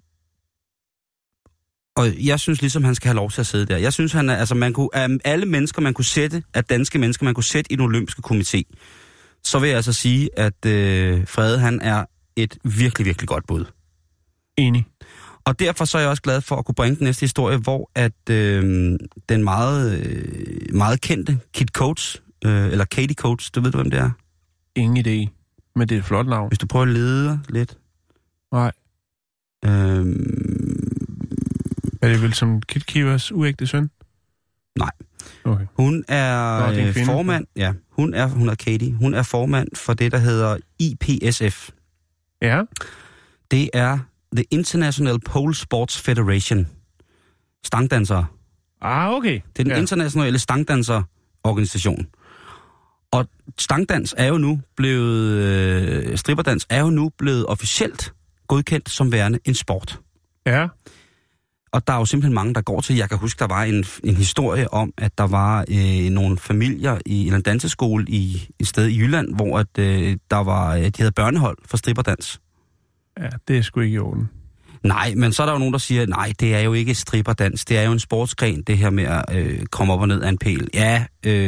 og jeg synes ligesom, han skal have lov til at sidde der. Jeg synes, han er, altså man kunne, af alle mennesker, man kunne sætte, af danske mennesker, man kunne sætte i den olympiske komité, så vil jeg altså sige, at øh, Frede, han er et virkelig, virkelig godt bud. Enig. Og derfor så er jeg også glad for at kunne bringe den næste historie, hvor at øh, den meget, øh, meget kendte Kit Coates, øh, eller Katie Coates, du ved du, hvem det er? Ingen idé, men det er et flot navn. Hvis du prøver at lede lidt. Nej. Øhm... Er det vel som Kit Kivers uægte søn? Nej. Okay. Hun er, Nå, er formand, ja, hun er, hun er Katie, hun er formand for det, der hedder I P S F. Ja. Det er The International Pole Sports Federation. Stangdansere. Ah, okay. Det er den ja. internationale stangdanserorganisation. Og stangdans er jo nu blevet, øh, stripperdans er jo nu blevet officielt godkendt som værende en sport. Ja. Og der er jo simpelthen mange, der går til. Jeg kan huske, der var en, en historie om, at der var øh, nogle familier i en danseskole i et sted i Jylland, hvor at, øh, der var, de havde børnehold for stripperdans. Ja, det er sgu ikke i orden. Nej, men så er der jo nogen, der siger, nej, det er jo ikke stripperdans. Det er jo en sportsgren, det her med at øh, komme op og ned af en pæl. Ja, øh,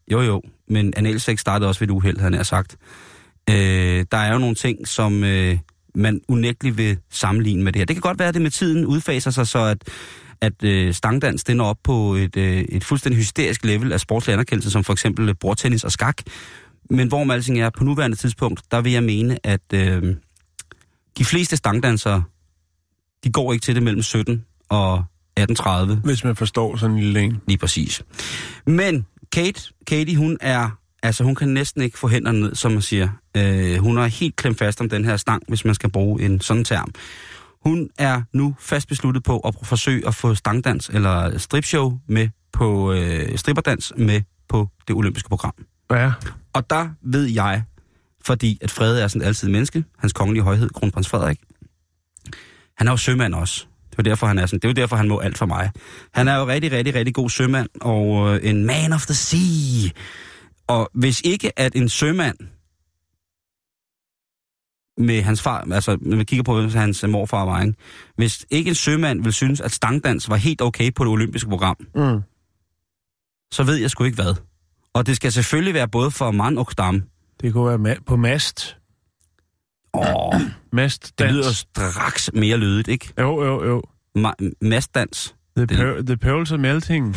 Jo, jo. Men analsex startede også ved et uheld, havde jeg sagt. Øh, der er jo nogle ting, som øh, man unægteligt vil sammenligne med det her. Det kan godt være, at det med tiden udfaser sig, så at, at øh, stangdans den er op på et, øh, et fuldstændig hysterisk level af sportslig anerkendelse, som for eksempel bordtennis og skak. Men hvor man alting er på nuværende tidspunkt, der vil jeg mene, at øh, de fleste stangdansere, de går ikke til det mellem sytten og atten tredive. Hvis man forstår sådan en lille en. Lige præcis. Men Kate, Katie, hun er, altså hun kan næsten ikke få hænderne ned, som man siger. Øh, hun er helt klemt fast om den her stang, hvis man skal bruge en sådan term. Hun er nu fast besluttet på at forsøge at få stangdans eller stripshow med på, øh, stripperdans med på det olympiske program. Ja. Og der ved jeg, fordi at Frede er sådan altid menneske, hans kongelige højhed, kronprins Frederik, han er jo sømand også. Det er derfor, han er sådan. Det er jo derfor, han må alt for mig. Han er jo rigtig, rigtig, rigtig god sømand, og øh, en man of the sea. Og hvis ikke at en sømand med hans far, altså når vi kigger på hans morfar var, ikke? Hvis ikke en sømand vil synes, at stangdans var helt okay på det olympiske program, mm. så ved jeg sgu ikke hvad. Og det skal selvfølgelig være både for mand og dam. Det kunne være ma- på mast. Åh, mastdans. Det lyder straks mere lydigt, ikke? Jo, jo, jo. Ma- mastdans. The, per- the pearls are melting.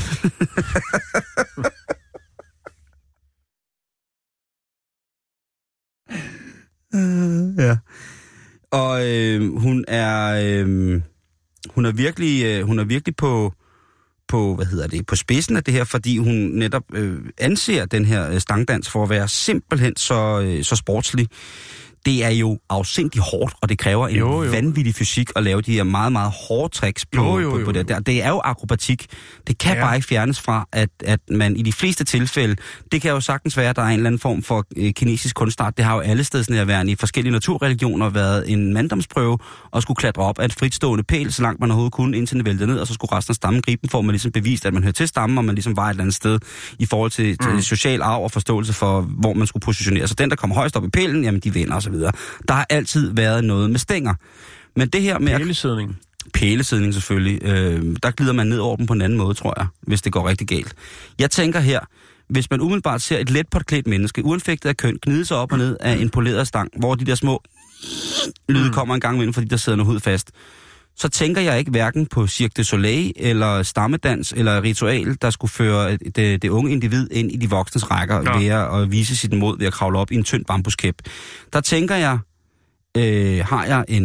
uh, ja. Og øh, hun er øh, hun er virkelig øh, hun er virkelig på på hvad hedder det på spidsen af det her, fordi hun netop øh, anser den her stangdans for at være simpelthen så øh, så sportslig. Det er jo afsindigt hårdt, og det kræver en jo, jo. vanvittig fysik at lave de her meget, meget hårde tricks på, jo, jo, jo. på, på det der. Det er jo akrobatik. Det kan ja. bare ikke fjernes fra, at, at man i de fleste tilfælde, det kan jo sagtens være, at der er en eller anden form for øh, kinesisk kunstart. Det har jo alle stedsnærværende i forskellige naturreligioner været en manddomsprøve, og skulle klatre op af et fritstående pæl, så langt man overhovedet kunne, indtil den væltede ned, og så skulle resten af stammen gribe den, for at man ligesom beviste, at man hørte til stammen, og man ligesom var et eller andet sted i forhold til, mm. til social arv og forståelse for, hvor man skulle positionere. Så den, der kom højst op i pælen, jamen de vinder og så videre. Der har altid været noget med stænger. Men det her med... Pælesidning. Pælesidning selvfølgelig. Øh, der glider man ned over dem på en anden måde, tror jeg, hvis det går rigtig galt. Jeg tænker her, hvis man umiddelbart ser et let portklædt menneske, uanfægtet af køn, gnide sig op og ned af en poleret stang, hvor de der små lyde kommer en gang imellem, fordi der sidder noget hud fast, så tænker jeg ikke hverken på Cirque du Soleil, eller stammedans, eller ritual, der skulle føre det, det unge individ ind i de voksnes rækker ja. ved at vise sit mod ved at kravle op i en tynd bambuskæp. Der tænker jeg, øh, har jeg en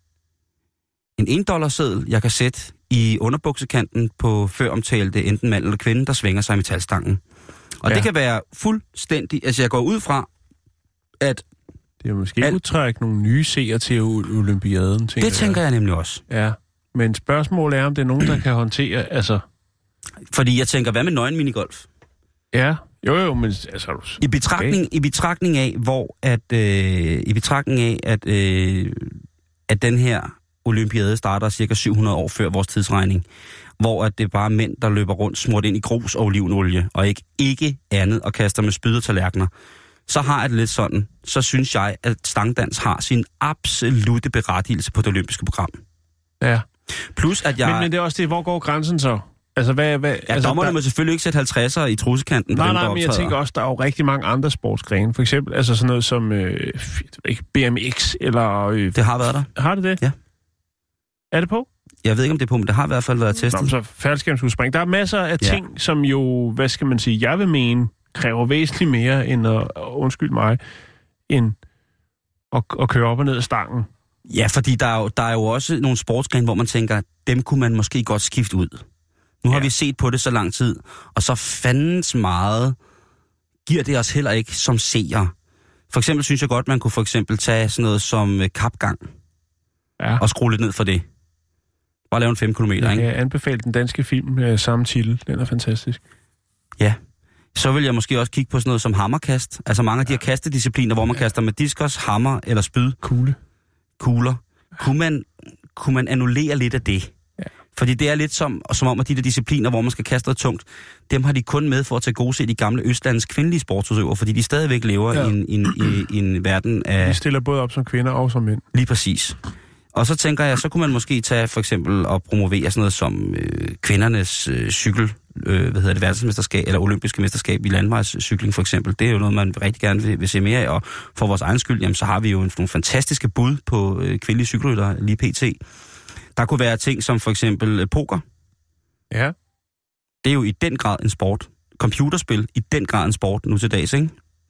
en en dollar seddel, jeg kan sætte i underbuksekanten på før omtalte enten mand eller kvinde, der svinger sig i metalstangen. Og ja. det kan være fuldstændig... Altså jeg går ud fra, at... Det er måske alt... udtrække nogle nye seere til olympiaden, tænker Det tænker jeg. jeg nemlig også. Ja, men spørgsmålet er, om det er nogen, der kan håndtere, altså... Fordi jeg tænker, hvad med nøgen minigolf? Ja, jo jo, men altså... I betragtning, okay. i betragtning af, hvor at... Øh, I betragtning af, at, øh, at den her olympiade starter cirka syv hundrede år før vores tidsregning, hvor at det er bare mænd, der løber rundt, smurt ind i grus og olivenolie, og ikke, ikke andet, og kaster med spyd og tallerkener. Så har jeg det lidt sådan, så synes jeg, at stangdans har sin absolute berettigelse på det olympiske program. Ja. Plus at jeg... Men, men det er også det, hvor går grænsen så? Altså, hvad... hvad ja, altså, dommerne der... må selvfølgelig ikke sætte halvtredsere i trussekanten. Nej, dem, nej, men jeg tænker også, der er jo rigtig mange andre sportsgrene. For eksempel, altså sådan noget som øh, B M X, eller... Øh, det har været der. Har det det? Ja. Er det på? Jeg ved ikke, om det er på, men det har i hvert fald været testet. Nå, så faldskærmsudspring. Der er masser af ja. ting, som jo, hvad skal man sige, jeg vil mene, kræver væsentligt mere end at, undskyld mig, end at, at køre op og ned af stangen. Ja, fordi der er, jo, der er jo også nogle sportsgrene, hvor man tænker, dem kunne man måske godt skifte ud. Nu har ja. vi set på det så lang tid, og så fandens meget giver det os heller ikke som seere. For eksempel synes jeg godt, man kunne for eksempel tage sådan noget som kapgang ja. og skrue lidt ned for det. Bare lave en fem kilometer, ikke? Jeg anbefaler den danske film med samme titel. Den er fantastisk. Ja. Så vil jeg måske også kigge på sådan noget som hammerkast. Altså mange af de her kastediscipliner, hvor man ja. kaster med diskos, hammer eller spyd. Kugle. Kugler. Kunne man, kunne man annullere lidt af det? Ja. Fordi det er lidt som, som om, at de der discipliner, hvor man skal kaste noget tungt, dem har de kun med for at tage gode se de gamle Østlands kvindelige sportsudøvere, fordi de stadigvæk lever ja. i, en, i, en, i, i en verden af... De stiller både op som kvinder og som mænd. Lige præcis. Og så tænker jeg, så kunne man måske tage for eksempel og promovere sådan noget som øh, kvindernes øh, cykel, øh, hvad hedder det, verdensmesterskab, eller olympiske mesterskab i landvejscykling for eksempel. Det er jo noget, man rigtig gerne vil, vil se mere af, og for vores egen skyld, jamen, så har vi jo nogle fantastiske bud på øh, kvindelige cykelryttere lige pt. Der kunne være ting som for eksempel øh, poker. Ja. Det er jo i den grad en sport. Computerspil, i den grad en sport nu til dags, ikke?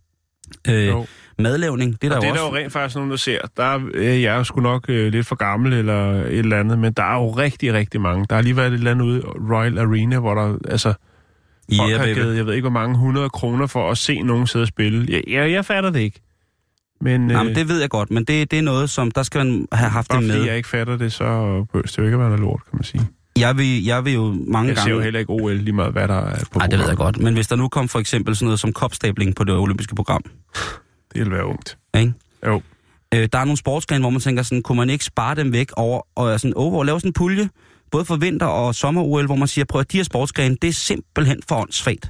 Øh, madlavning, det er der og jo det er også. der jo rent faktisk nogen, der ser. Der er, øh, jeg er sgu nok øh, lidt for gammel eller et eller andet, men der er jo rigtig, rigtig mange. Der har lige været et eller andet ude i Royal Arena, hvor der, altså, folk Yeah, har baby. givet, jeg ved ikke, hvor mange hundrede kroner for at se nogen sidde og spille. Jeg, jeg, jeg fatter det ikke. Men, Nej, øh, men det ved jeg godt, men det, det er noget, som der skal man have haft bare det med. fordi jeg ikke fatter det, så behøver det jo ikke at være noget lort, kan man sige. Jeg vil, jeg vil jo mange Jeg gange... ser jo heller ikke O L lige meget, hvad der er på Nej, det ved jeg programmet. godt. Men hvis der nu kom for eksempel sådan noget som kopstabling på det olympiske program, Det vil være ungt. ikke? Jo. Øh, der er nogle sportsgrene, hvor man tænker sådan, kunne man ikke spare dem væk over, og sådan, over og lave sådan en pulje, både for vinter- og sommer-O L, hvor man siger, prøv at de her sportsgrene, det er simpelthen for åndssvagt.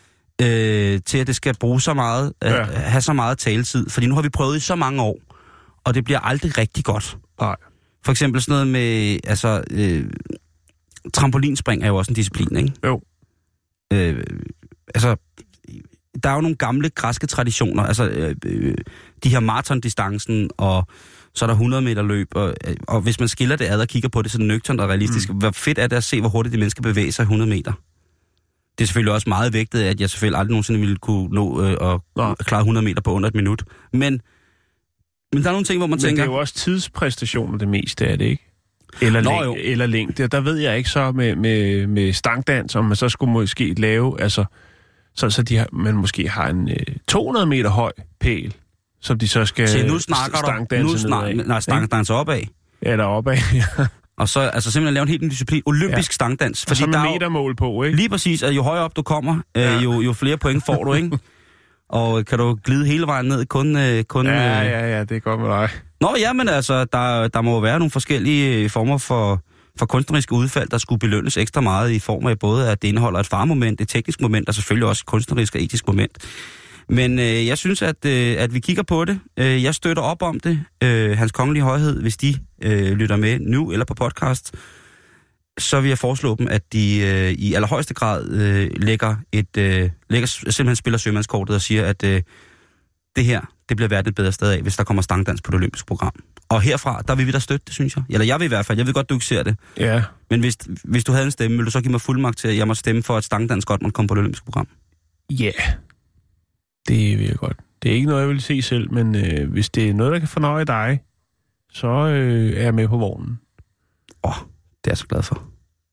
Øh, til at det skal bruge så meget, øh, Ja. have så meget taletid. Fordi nu har vi prøvet i så mange år, og det bliver aldrig rigtig godt. Nej. For eksempel sådan noget med, altså, øh, trampolinspring er jo også en disciplin, ikke? Jo. Øh, altså, der er jo nogle gamle græske traditioner, altså øh, øh, de her maratondistancen, og så er der hundrede meter løb, og, og hvis man skiller det ad og kigger på det sådan nøgternt og realistisk, mm. hvor fedt er det at se, hvor hurtigt de mennesker bevæger sig hundrede meter. Det er selvfølgelig også meget vægtet af, at jeg selvfølgelig aldrig nogensinde ville kunne nå øh, at Nå. klare hundrede meter på under et minut. Men, men der er nogle ting, hvor man Men tænker... det er jo også tidspræstationer det meste af det, ikke? Eller, Nå, læng- jo. eller længde. Der ved jeg ikke så med, med, med stangdans, om man så skulle måske lave, altså, så, så de har, man måske har en øh, to hundrede meter høj pæl, som de så skal Se, nu snakker du... stangdanse Nu nedad. snak, nej, stangdanse opad. Ja, deroppe af. Og så altså simpelthen lave en helt ny disciplin. Olympisk Ja. stangdans. Og så med der er jo- metermål på, ikke? Lige præcis, at jo højere op du kommer, Ja. øh, jo, jo flere point får du, ikke? Og kan du glide hele vejen ned, kun... Øh, kun Ja, øh... ja, ja, det er godt med dig. Nå ja, men altså, der, der må jo være nogle forskellige former for, for kunstneriske udfald, der skulle belønnes ekstra meget i form af både, at det indeholder et farmoment, et teknisk moment, og selvfølgelig også et kunstnerisk og etisk moment. Men øh, jeg synes, at, øh, at vi kigger på det. Øh, jeg støtter op om det. Øh, Hans Kongelige Højhed, hvis de øh, lytter med nu eller på podcast, så vil jeg foreslå dem, at de øh, i allerhøjeste grad øh, lægger, et, øh, lægger simpelthen spiller sømandskortet og siger, at øh, det her, det bliver værd et bedre sted af, hvis der kommer stangdans på det olympiske program. Og herfra, der vil vi da støtte det, synes jeg. Eller jeg vil i hvert fald. Jeg ved godt, du ikke ser det. Ja. Men hvis, hvis du havde en stemme, ville du så give mig fuldmagt til, at jeg må stemme for, at stangdans godt må komme på det olympiske program? Ja. Yeah. Det vil jeg godt. Det er ikke noget, jeg vil se selv, men øh, hvis det er noget, der kan fornøje dig, så øh, er jeg med på vognen. Åh, oh, det er jeg så glad for.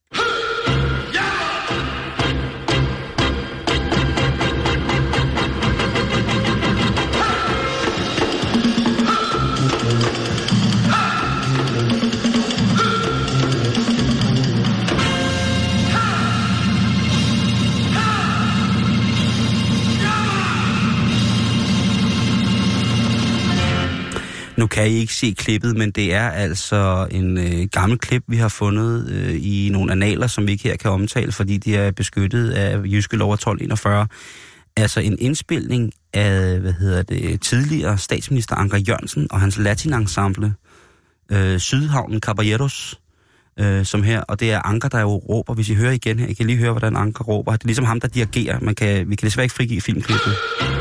Nu kan I ikke se klippet, men det er altså en øh, gammel klip, vi har fundet øh, i nogle analer, som vi ikke her kan omtale, fordi de er beskyttet af Jyske Lov af tolv enogfyrre. Altså en indspilning af, hvad hedder det, tidligere statsminister Anker Jørgensen og hans latinensemble, øh, Sydhavnen Caballeros, øh, som her, og det er Anker, der jo råber, hvis I hører igen her, I kan lige høre, hvordan Anker råber. Det er ligesom ham, der dirigerer. Man kan, vi kan desværre ikke frigive filmklippet.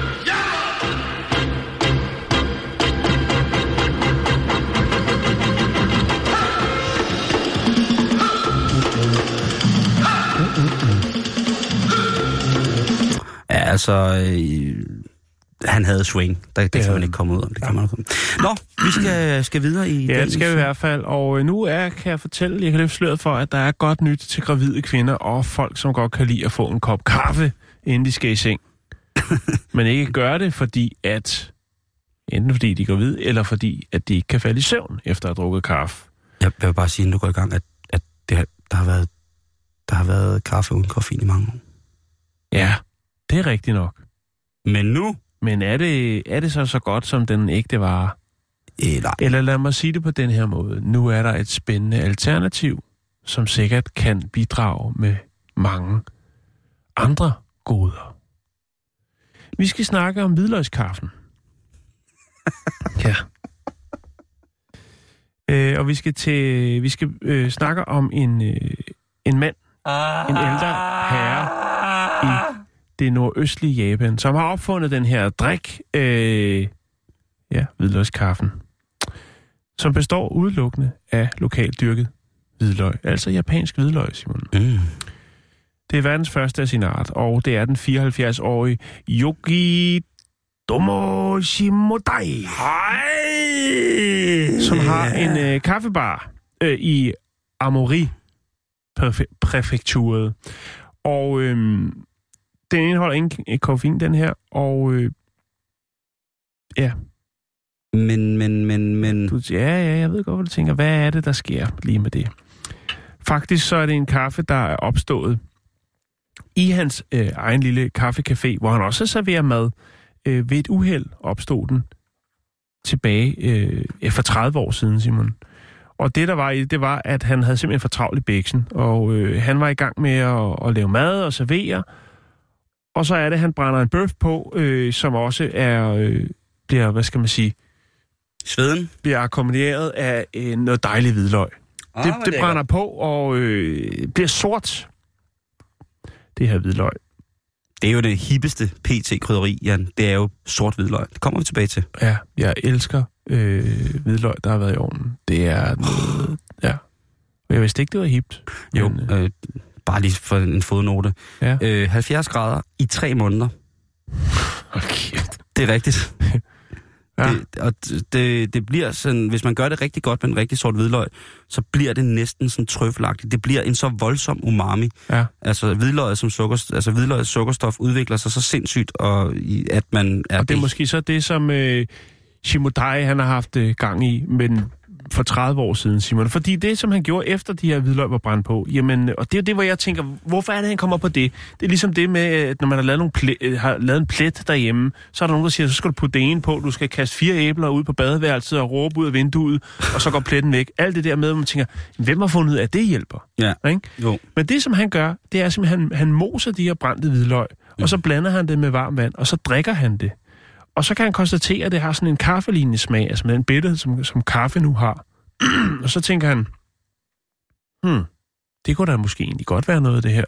Ja, altså, øh, han havde swing. Der, det Ja. kan man ikke komme ud om. Det kan man ikke. Nå, vi skal, skal videre i... Ja, dagens- det skal vi i hvert fald. Og øh, nu er, kan jeg fortælle, jeg kan løfte sløret for, at der er godt nyt til gravide kvinder og folk, som godt kan lide at få en kop kaffe, inden de skal i seng. Men ikke gøre det, fordi at... Enten fordi de går vid, eller fordi at de ikke kan falde i søvn efter at have drukket kaffe. Jeg vil bare sige, inden du går i gang, at, at det, har- der, har været, der har været kaffe uden koffein i mange år. Ja, det er rigtigt nok. Men nu... Men er det, er det så så godt, som den ægte vare? Eh, nej. Eller lad mig sige det på den her måde. Nu er der et spændende alternativ, som sikkert kan bidrage med mange andre goder. Vi skal snakke om hvidløgskaffen. Ja. Øh, og vi skal til vi skal øh, snakke om en øh, en mand en ældre herre i det nordøstlige Japan, som har opfundet den her drik, øh, ja, hvidløgskaffen, som består udelukkende af lokalt dyrket hvidløg, altså japansk hvidløg, Simon. Mm. Det er verdens første af sin art, og det er den fireoghalvfjerds-årige Yogi Domo Shimodai, Hej! som har en øh, kaffebar øh, i Amori præfe- præfekturet. Og øh, den indeholder ingen koffein, den her, og øh, ja. Men, men, men, men... Du, ja, ja, jeg ved godt, hvad du tænker. Hvad er det, der sker lige med det? Faktisk så er det en kaffe, der er opstået i hans øh, egen lille kaffecafé, hvor han også serverer mad. Øh, ved et uheld opstod den tilbage øh, ja, for tredive år siden, Simon. Og det, der var i det, det var, at han havde simpelthen for travlt i bæksen, og øh, han var i gang med at, at lave mad og servere, og så er det, at han brænder en bøf på, øh, som også er, øh, bliver, hvad skal man sige, Sveden? Bliver akkompagneret af øh, noget dejligt hvidløg. Ah, det, det det brænder på og øh, bliver sort, det her hvidløg. Det er jo det hippeste P T-krydderi, Jan. Det er jo sort hvidløg. Det kommer vi tilbage til. Ja, jeg elsker øh, hvidløg, der har været i ovnen. Det er noget, ja. Jeg vidste ikke, det var hipt. Jo, men, øh, bare lige for en fodnote. Ja. Øh, halvfjerds grader i tre måneder. Okay. Det er rigtigt. Ja. Det, og det, det bliver sådan, hvis man gør det rigtig godt med en rigtig sort hvidløg, så bliver det næsten sådan trøffelagtigt. Det bliver en så voldsom umami. Ja. Altså hvidløget som sukker, altså hvidløgets sukkerstof udvikler sig så sindssygt, og at man er... Og det er måske så det, som øh, Shimodai, han har haft øh, gang i, men for tredive år siden, Simon. Fordi det, som han gjorde efter de her hvidløg var brændt på, jamen, og det er det, hvor jeg tænker, hvorfor er det, han kommer på det? Det er ligesom det med, at når man har lavet, nogle plæ- har lavet en plet derhjemme, så er der nogen, der siger, så skal du putte det ene på, du skal kaste fire æbler ud på badeværelset og råbe ud af vinduet, og så går pletten væk. Alt det der med, hvor man tænker, hvem har fundet ud af, at det hjælper? Ja, ikke? Jo. Men det, som han gør, det er simpelthen, han, han moser de her brændte hvidløg, og så blander han det med varmt vand, og så drikker han det. Og så kan han konstatere, at det har sådan en kaffelignende smag, altså med den bitterhed, som, som kaffe nu har. Og så tænker han, hmm, det kunne da måske egentlig godt være noget af det her.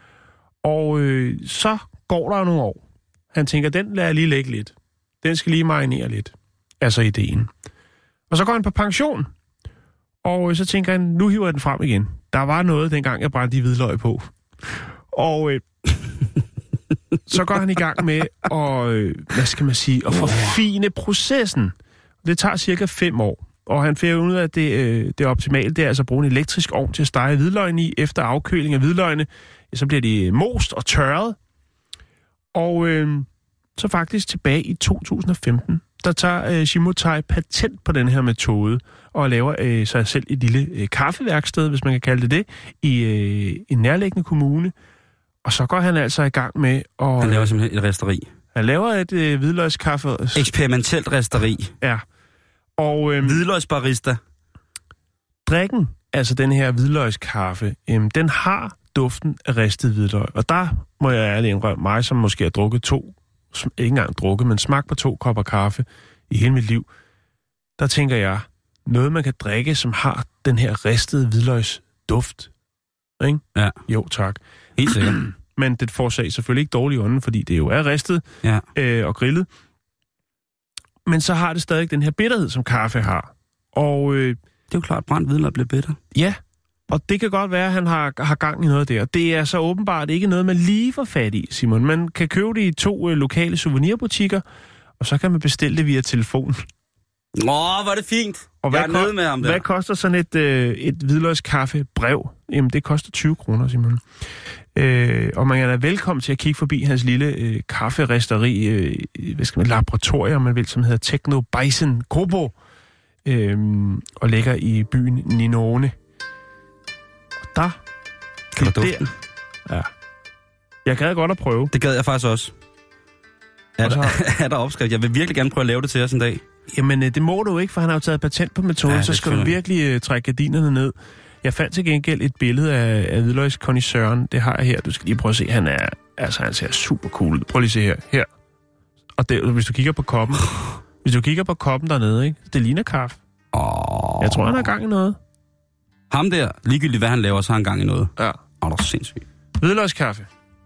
Og øh, så går der nogle år. Han tænker, den lader jeg lige lægge lidt. Den skal lige marinere lidt. Altså ideen. Og så går han på pension. Og øh, så tænker han, nu hiver jeg den frem igen. Der var noget, dengang jeg brændte de hvidløg på. Og øh, så går han i gang med at, øh, hvad skal man sige, at forfine processen. Det tager cirka fem år. Og han finder ud af, at det, øh, det er optimalt, det er altså at bruge en elektrisk ovn til at stege hvidløgn i. Efter afkøling af hvidløgene, ja, så bliver de most og tørret. Og øh, så faktisk tilbage i to tusind og femten, der tager øh, Shimodai patent på den her metode, og laver øh, sig selv et lille øh, kaffeværksted, hvis man kan kalde det det, i øh, en nærliggende kommune. Og så går han altså i gang med at... Han laver simpelthen et resteri. Han laver et øh, hvidløgskaffe... Eksperimentelt resteri. Ja. Og, øhm, Hvidløgsbarista. Drikken, altså den her hvidløgskaffe, øhm, den har duften af ristet hvidløg. Og der må jeg ærligt indrømme, mig som måske har drukket to, ikke engang drukket, men smagt på to kopper kaffe i hele mit liv, der tænker jeg, noget man kan drikke, som har den her ristede hvidløgsduft. Ikke? Ja. Jo, tak. Helt sikkert. Men det forårsager selvfølgelig ikke dårlig ånden, fordi det jo er ristet ja. øh, og grillet. Men så har det stadig den her bitterhed, som kaffe har. Og øh, det er jo klart, at brændt hvidløg bliver bitter. Ja, og det kan godt være, at han har, har gang i noget der. Det er så åbenbart ikke noget, man lige får fat i, Simon. Man kan købe det i to øh, lokale souvenirbutikker, og så kan man bestille det via telefon. Åh, hvor er det fint. Og hvad, jeg er nede med ham der. Hvad koster sådan et, øh, et hvidløgskaffebrev? Jamen, det koster tyve kroner, Simon. Øh, og man er da velkommen til at kigge forbi hans lille øh, kafferisteri, øh, hvad skal man, laboratorium, man vil, som hedder Techno Bison Grupo, øh, og ligger i byen Ninone. Og der... Kan du duften? Ja. Jeg gad godt at prøve. Det gad jeg faktisk også. Er, og så, der, er der opskrift? Jeg vil virkelig gerne prøve at lave det til os en dag. Jamen, det må du ikke, for han har jo taget patent på metoden, ja, så skal du virkelig uh, trække gardinerne ned. Jeg fandt til gengæld et billede af, af hvidløgskondisøren. Det har jeg her. Du skal lige prøve at se. Han er, altså, han ser super cool ud. Prøv lige at se her. Her. Og det, hvis du kigger på koppen, hvis du kigger på koppen dernede, ikke? Det ligner kaffe. Oh. Jeg tror, han har gang i noget. Ham der, ligegyldigt hvad han laver, så har han gang i noget. Ja. Åh, det er sindssygt. Hvidløgskaffe.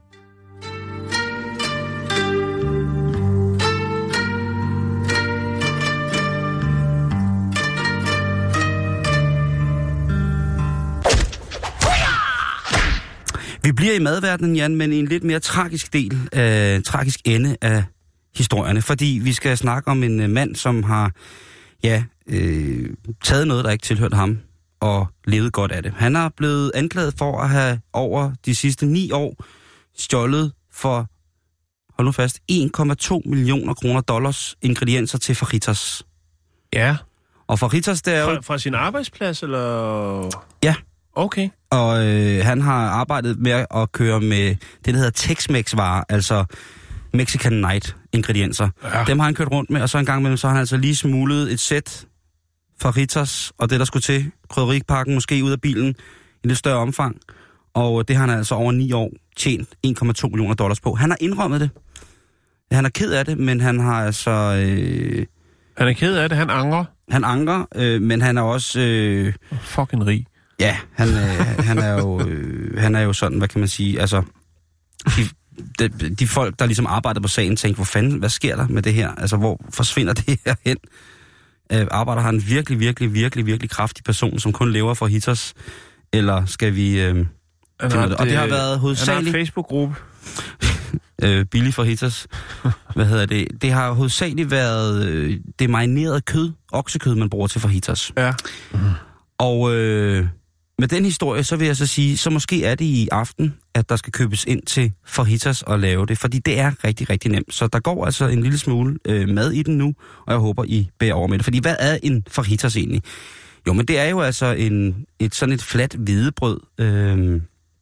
Vi bliver i madverdenen, Jan, men i en lidt mere tragisk del, øh, tragisk ende af historierne. Fordi vi skal snakke om en øh, mand, som har ja, øh, taget noget, der ikke tilhørte ham, og levet godt af det. Han er blevet anklaget for at have over de sidste ni år stjålet for, hold nu fast, en komma to millioner kroner dollars ingredienser til fajitas. Ja. Og fajitas, det er jo... Fra, fra sin arbejdsplads, eller...? Ja. Okay. Og øh, han har arbejdet med at køre med det, der hedder Tex-Mex-varer, altså Mexican Night ingredienser. Ja. Dem har han kørt rundt med, og så en gang imellem, så har han altså lige smuglet et sæt fajitas, og det, der skulle til, krydderipakken måske ud af bilen i lidt større omfang. Og det har han altså over ni år tjent en komma to millioner dollars på. Han har indrømmet det. Han er ked af det, men han har altså... Øh, han er ked af det, han angrer. Han angrer, øh, men han er også... Øh, fucking rig. Ja, han, øh, han, er jo, øh, han er jo sådan, hvad kan man sige, altså... De, de, de folk, der ligesom arbejder på sagen, tænker, hvor fanden, hvad sker der med det her? Altså, hvor forsvinder det her hen? Øh, arbejder han en virkelig, virkelig, virkelig, virkelig kraftig person, som kun lever for hitters? Eller skal vi... Øh, har, det, og det har været hovedsageligt... Han har en Facebook-gruppe. øh, billig for hitters. Hvad hedder det? Det har hovedsageligt været øh, det marinerede kød, oksekød, man bruger til fajitas. Ja. Mm-hmm. Og øh, med den historie, så vil jeg så sige, så måske er det i aften, at der skal købes ind til fajitas og lave det, fordi det er rigtig, rigtig nemt. Så der går altså en lille smule øh, mad i den nu, og jeg håber, I bærer over med det. Fordi hvad er en fajitas egentlig? Jo, men det er jo altså en, et sådan et fladt hvedebrød, øh,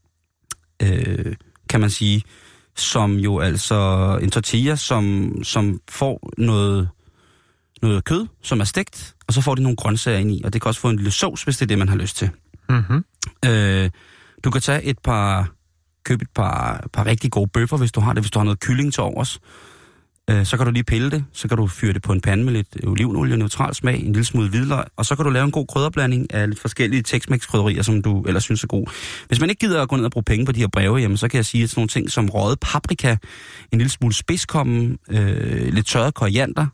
øh, kan man sige, som jo altså en tortilla, som, som får noget, noget kød, som er stegt, og så får de nogle grøntsager ind i, og det kan også få en lille sovs, hvis det er det, man har lyst til. Mm-hmm. Øh, du kan tage et par, købe et par, par rigtig gode bøffer, hvis du har det, hvis du har noget kylling til overs. Øh, så kan du lige pille det, så kan du fyre det på en pande med lidt olivenolie, neutral smag, en lille smule hvidløg, og så kan du lave en god krydderblanding af lidt forskellige Tex-Mex-krydderier, som du ellers synes er god. Hvis man ikke gider at gå ned og bruge penge på de her breve, jamen, så kan jeg sige, at sådan nogle ting som røget paprika, en lille smule spidskommen, øh, lidt tørret koriander,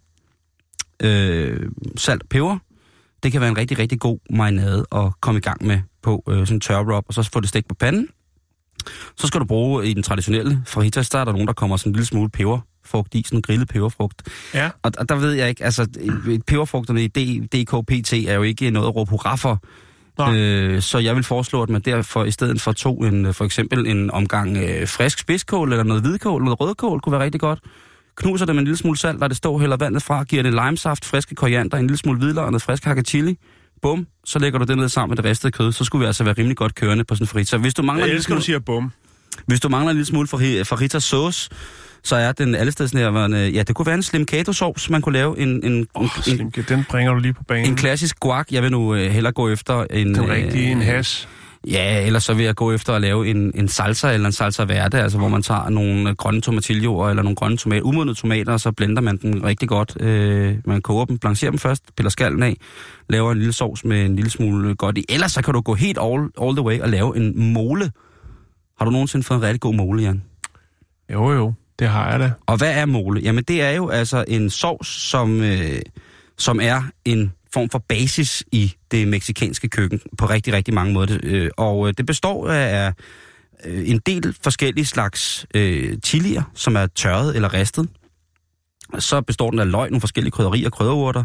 øh, salt og peber, det kan være en rigtig, rigtig god marinade at komme i gang med på øh, sådan en tørrrub, og så få det stegt på panden. Så skal du bruge i den traditionelle fajitas, der er der nogen, der kommer sådan en lille smule peberfrugt i, sådan en grillet peberfrugt. Ja. Og, og der ved jeg ikke, altså peberfrugterne i D K P T er jo ikke noget at råbe hurra for. Øh, så jeg vil foreslå, at man derfor i stedet for to en, for eksempel en omgang øh, frisk spidskål eller noget hvidkål, noget rødkål kunne være rigtig godt. Knuser det med en lille smule salt, lader det stå, hælder vandet fra, giver det limesaft, friske koriander, en lille smule hvidløg og noget frisk hakket chili. Bum, så lægger du det ned sammen med det ristede kød, så skulle vi altså være rimelig godt kørende på sådan en fajita. Hvis du mangler jeg en elsker, lille du siger bum. Hvis du mangler en lille smule fajitas sauce, så er den allestedsnærværende, ja, det kunne være en slimkato sauce, man kunne lave en en, oh, en, en den bringer du lige på banen. En klassisk guac. Jeg vil nu øh, hellere gå efter en den rigtige, øh, en hash. Ja, ellers så vil jeg gå efter at lave en, en salsa eller en salsa verde, altså hvor man tager nogle grønne tomatilloer eller nogle grønne tomater, umodnede tomater, og så blender man dem rigtig godt. Øh, man koger dem, blancherer dem først, piller skallen af, laver en lille sovs med en lille smule godt i. Ellers så kan du gå helt all, all the way og lave en mole. Har du nogensinde fået en rigtig god mole, Jan? Jo, jo, det har jeg da. Og hvad er mole? Jamen det er jo altså en sovs, som, øh, som er en form for basis i det meksikanske køkken på rigtig, rigtig mange måder. Og det består af en del forskellige slags øh, chilier, som er tørret eller ristet. Så består den af løg, nogle forskellige krydderier, krydderurter,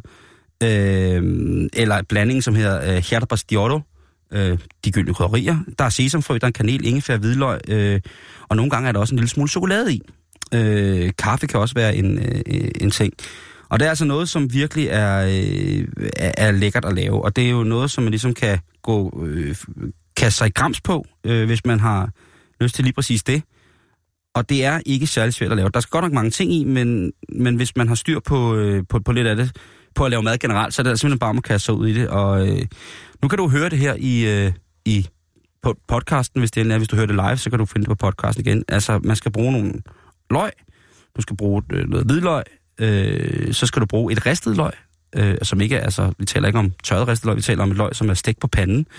øh, eller en blanding, som hedder øh, hierbas de oro, øh, de gyldne krydderier. Der er sesamfrø, der er kanel, ingefær, hvidløg, øh, og nogle gange er der også en lille smule chokolade i. Øh, kaffe kan også være en, øh, en ting. Og det er altså noget, som virkelig er, øh, er lækkert at lave. Og det er jo noget, som man ligesom kan gå øh, kaste sig i grams på, øh, hvis man har lyst til lige præcis det. Og det er ikke særlig svært at lave. Der skal godt nok mange ting i, men, men hvis man har styr på, øh, på, på lidt af det, på at lave mad generelt, så er det simpelthen bare at kaste sig ud i det. Og øh, nu kan du høre det her i, øh, i på podcasten, hvis det er, hvis du hører det live, så kan du finde det på podcasten igen. Altså, man skal bruge nogle løg, du skal bruge øh, noget hvidløg, Øh, så skal du bruge et ristet løg, øh, som ikke er, altså, vi taler ikke om tørret ristet løg, vi taler om et løg, som er stegt på panden.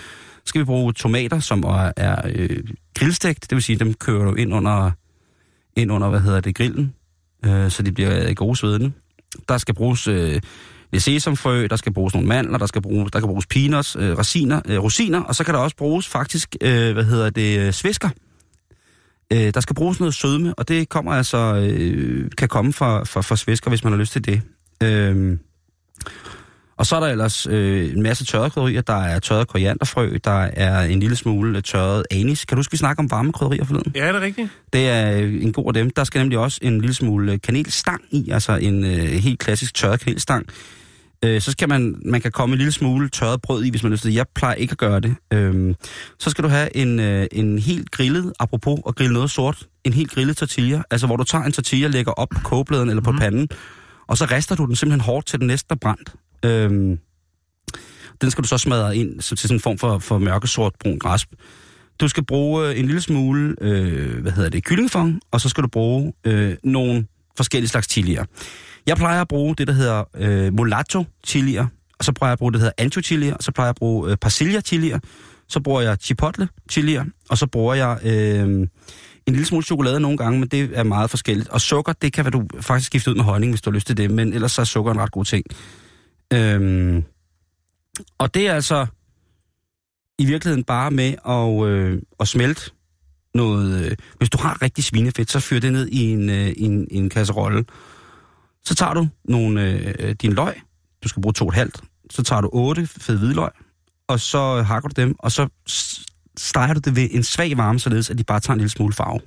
Så skal vi bruge tomater, som er, er øh, grillstegt. Det vil sige, dem kører du ind under, ind under hvad hedder det, grillen, øh, så de bliver gode svedende. Der skal bruges øh, lidt sesamfrø, der skal bruges nogle mandler, der skal bruges, der kan bruges peanuts, øh, rosiner, øh, rosiner, og så kan der også bruges faktisk, øh, hvad hedder det, svisker. Øh, der skal bruges noget sødme, og det kommer altså, øh, kan komme fra, fra, fra svisker, hvis man har lyst til det. Øh, og så er der ellers øh, en masse tørrede krydderier. Der er tørret korianderfrø, der er en lille smule tørret anis. Kan du huske, vi snakker om varme krydderier forleden? Ja, det er rigtigt. Det er en god af dem. Der skal nemlig også en lille smule kanelstang i, altså en øh, helt klassisk tørret kanelstang. Øh, så skal man, man kan komme en lille smule tørret brød i, hvis man har lyst til det. Jeg plejer ikke at gøre det. Øh, så skal du have en, øh, en helt grillet, apropos at grille noget sort, en helt grillet tortilla, altså hvor du tager en tortilla, lægger op på kogebladen eller på mm. panden, og så rister du den simpelthen hårdt til den næste er brændt. Øhm, den skal du så smadre ind så til sådan en form for, for mørkesort brun rasp. Du skal bruge en lille smule, øh, hvad hedder det, kyllingefond, og så skal du bruge øh, nogle forskellige slags chilier. Jeg plejer at bruge det, der hedder øh, mulatto chilier, og så plejer jeg at bruge det, der hedder ancho chilier, og så plejer jeg at bruge øh, persilla chilier, så bruger jeg chipotle chilier, og så bruger jeg øh, en lille smule chokolade nogle gange, men det er meget forskelligt. Og sukker, det kan du faktisk skifte ud med honning, hvis du har lyst til det, men ellers så er sukker en ret god ting. Øhm, og det er altså i virkeligheden bare med at, øh, at smelte noget. Øh, hvis du har rigtig svinefedt, så fyr det ned i en, øh, i en, i en kasserolle. Så tager du nogle, øh, din løg, du skal bruge to og et halvt, så tager du otte fede hvidløg, og så hakker du dem, og så steger du det ved en svag varme, således at de bare tager en lille smule farve.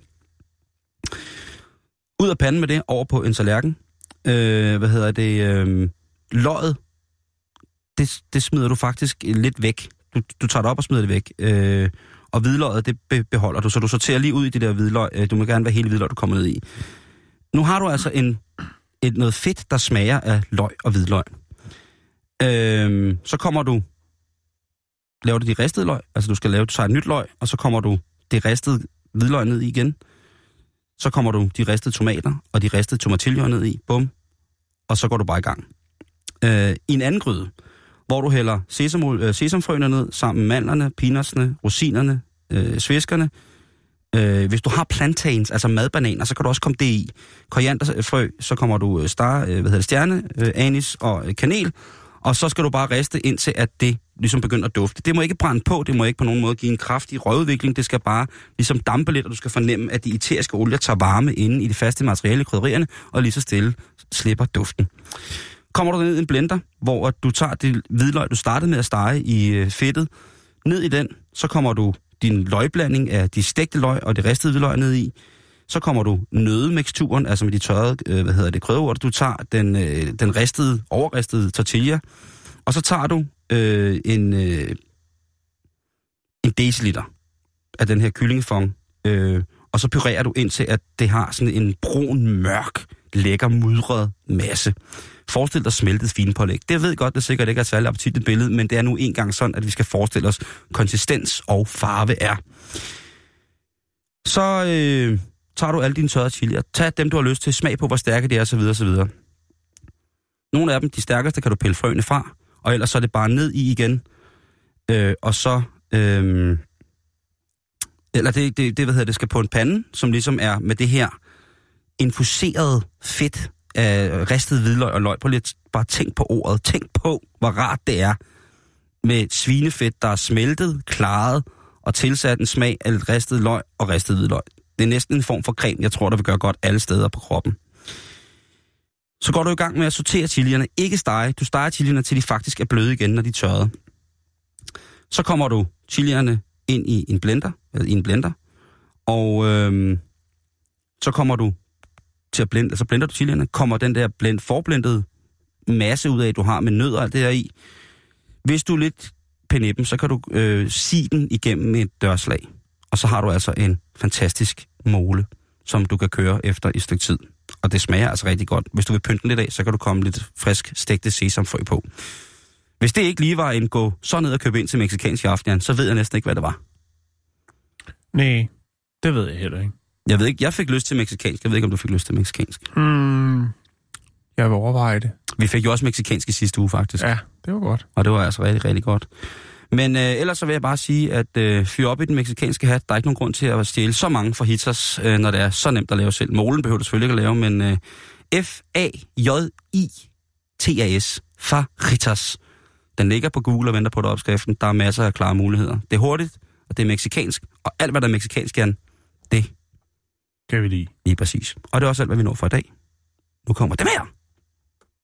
Ud af panden med det, over på en tallerken. Øh, hvad hedder det? Øh, løget, det, det smider du faktisk lidt væk. Du, du tager det op og smider det væk. Øh, og hvidløget, det be, beholder du, så du sorterer lige ud i det der hvidløg. Øh, du må gerne være hele hvidløg, du kommer ned i. Nu har du altså en, et, noget fedt, der smager af løg og hvidløg. Øh, så kommer du, laver du de ristede løg, altså du skal lave, du tager et nyt løg, og så kommer du det ristede hvidløg ned i igen. Så kommer du de ristede tomater og de ristede tomatiljer ned i, bum, og så går du bare i gang. Øh, I en anden gryde, hvor du hælder sesam, øh, sesamfrøene ned, sammen med mandlerne, peanutsene, rosinerne, øh, sviskerne. Øh, hvis du har plantains, altså madbananer, så kan du også komme det i. Korianderfrø, så kommer du øh, star, øh, hvad hedder det, stjerne, øh, anis og øh, kanel, og så skal du bare riste indtil, at det ligesom begynder at dufte. Det må ikke brænde på, det må ikke på nogen måde give en kraftig røgudvikling, det skal bare ligesom dampe lidt, og du skal fornemme, at de eteriske olier tager varme inde i det faste materiale i krydderierne, og lige så stille slipper duften. Kommer du ned i en blender, hvor du tager det hvidløg, du startede med at stege i fedtet, ned i den, så kommer du din løgblanding af de stegte løg og det ristede hvidløg ned i. Så kommer du nødemiksturen, altså med de tørrede, øh, hvad hedder det, krydderurter. Du tager den, øh, den ristede, overristede tortilla, og så tager du øh, en, øh, en deciliter af den her kyllingefond, øh, og så purerer du ind til, at det har sådan en brun, mørk, lækker, mudret masse. Forestil dig smeltet finpålæg. Det ved godt, det sikkert ikke er et særligt appetitligt billede, men det er nu engang sådan, at vi skal forestille os, konsistens og farve er. Så øh, tager du alle dine tørrede chilier. Tag dem, du har lyst til. Smag på, hvor stærke de er, osv. osv. Nogle af dem, de stærkeste, kan du pille frøene fra, og ellers så er det bare ned i igen. Øh, og så... Øh, eller det, det, det, hvad hedder det, skal på en pande, som ligesom er med det her infuseret fedt af ristet hvidløg og løg. På lidt, bare tænk på ordet. Tænk på, hvor rart det er med svinefedt, der er smeltet, klaret og tilsat en smag af ristet løg og ristet hvidløg. Det er næsten en form for creme, jeg tror, der vil gøre godt alle steder på kroppen. Så går du i gang med at sortere chilierne. Ikke stege. Du steger chilierne, til de faktisk er bløde igen, når de er tørrede. Så kommer du chilierne ind i en blender, eller i en blender, og øhm, så kommer du til at blende, altså blender du chilierne, kommer den der blend, forblendede masse ud af, du har med nød og alt det der i. Hvis du er lidt penippen, så kan du øh, sige den igennem et dørslag, og så har du altså en fantastisk mole, som du kan køre efter i et stykke tid. Og det smager altså rigtig godt. Hvis du vil pynte den lidt af, så kan du komme lidt frisk stegte sesamfrø på. Hvis det ikke lige var en gå så ned og købe ind til mexicansk i aften, så ved jeg næsten ikke, hvad det var. Nej, det ved jeg heller ikke. Jeg ved ikke, jeg fik lyst til mexicansk. Jeg ved ikke, om du fik lyst til mexicansk. Mm, jeg vil overveje det. Vi fik jo også mexicansk i sidste uge, faktisk. Ja, det var godt. Og det var altså rigtig, rigtig godt. Men øh, ellers så vil jeg bare sige, at øh, fyr op i den mexikanske hat. Der er ikke nogen grund til at stjæle så mange fajitas, øh, når det er så nemt at lave selv. Molen behøver du selvfølgelig ikke at lave, men øh, F A J I T A S. Fajitas. Den ligger på Google og venter på det opskriften. Der er masser af klare muligheder. Det er hurtigt, og det er mexikansk. Og alt, hvad der er mexikansk, Jan, det kan vi lide. Lige præcis. Og det er også alt, hvad vi når for i dag. Nu kommer det mere.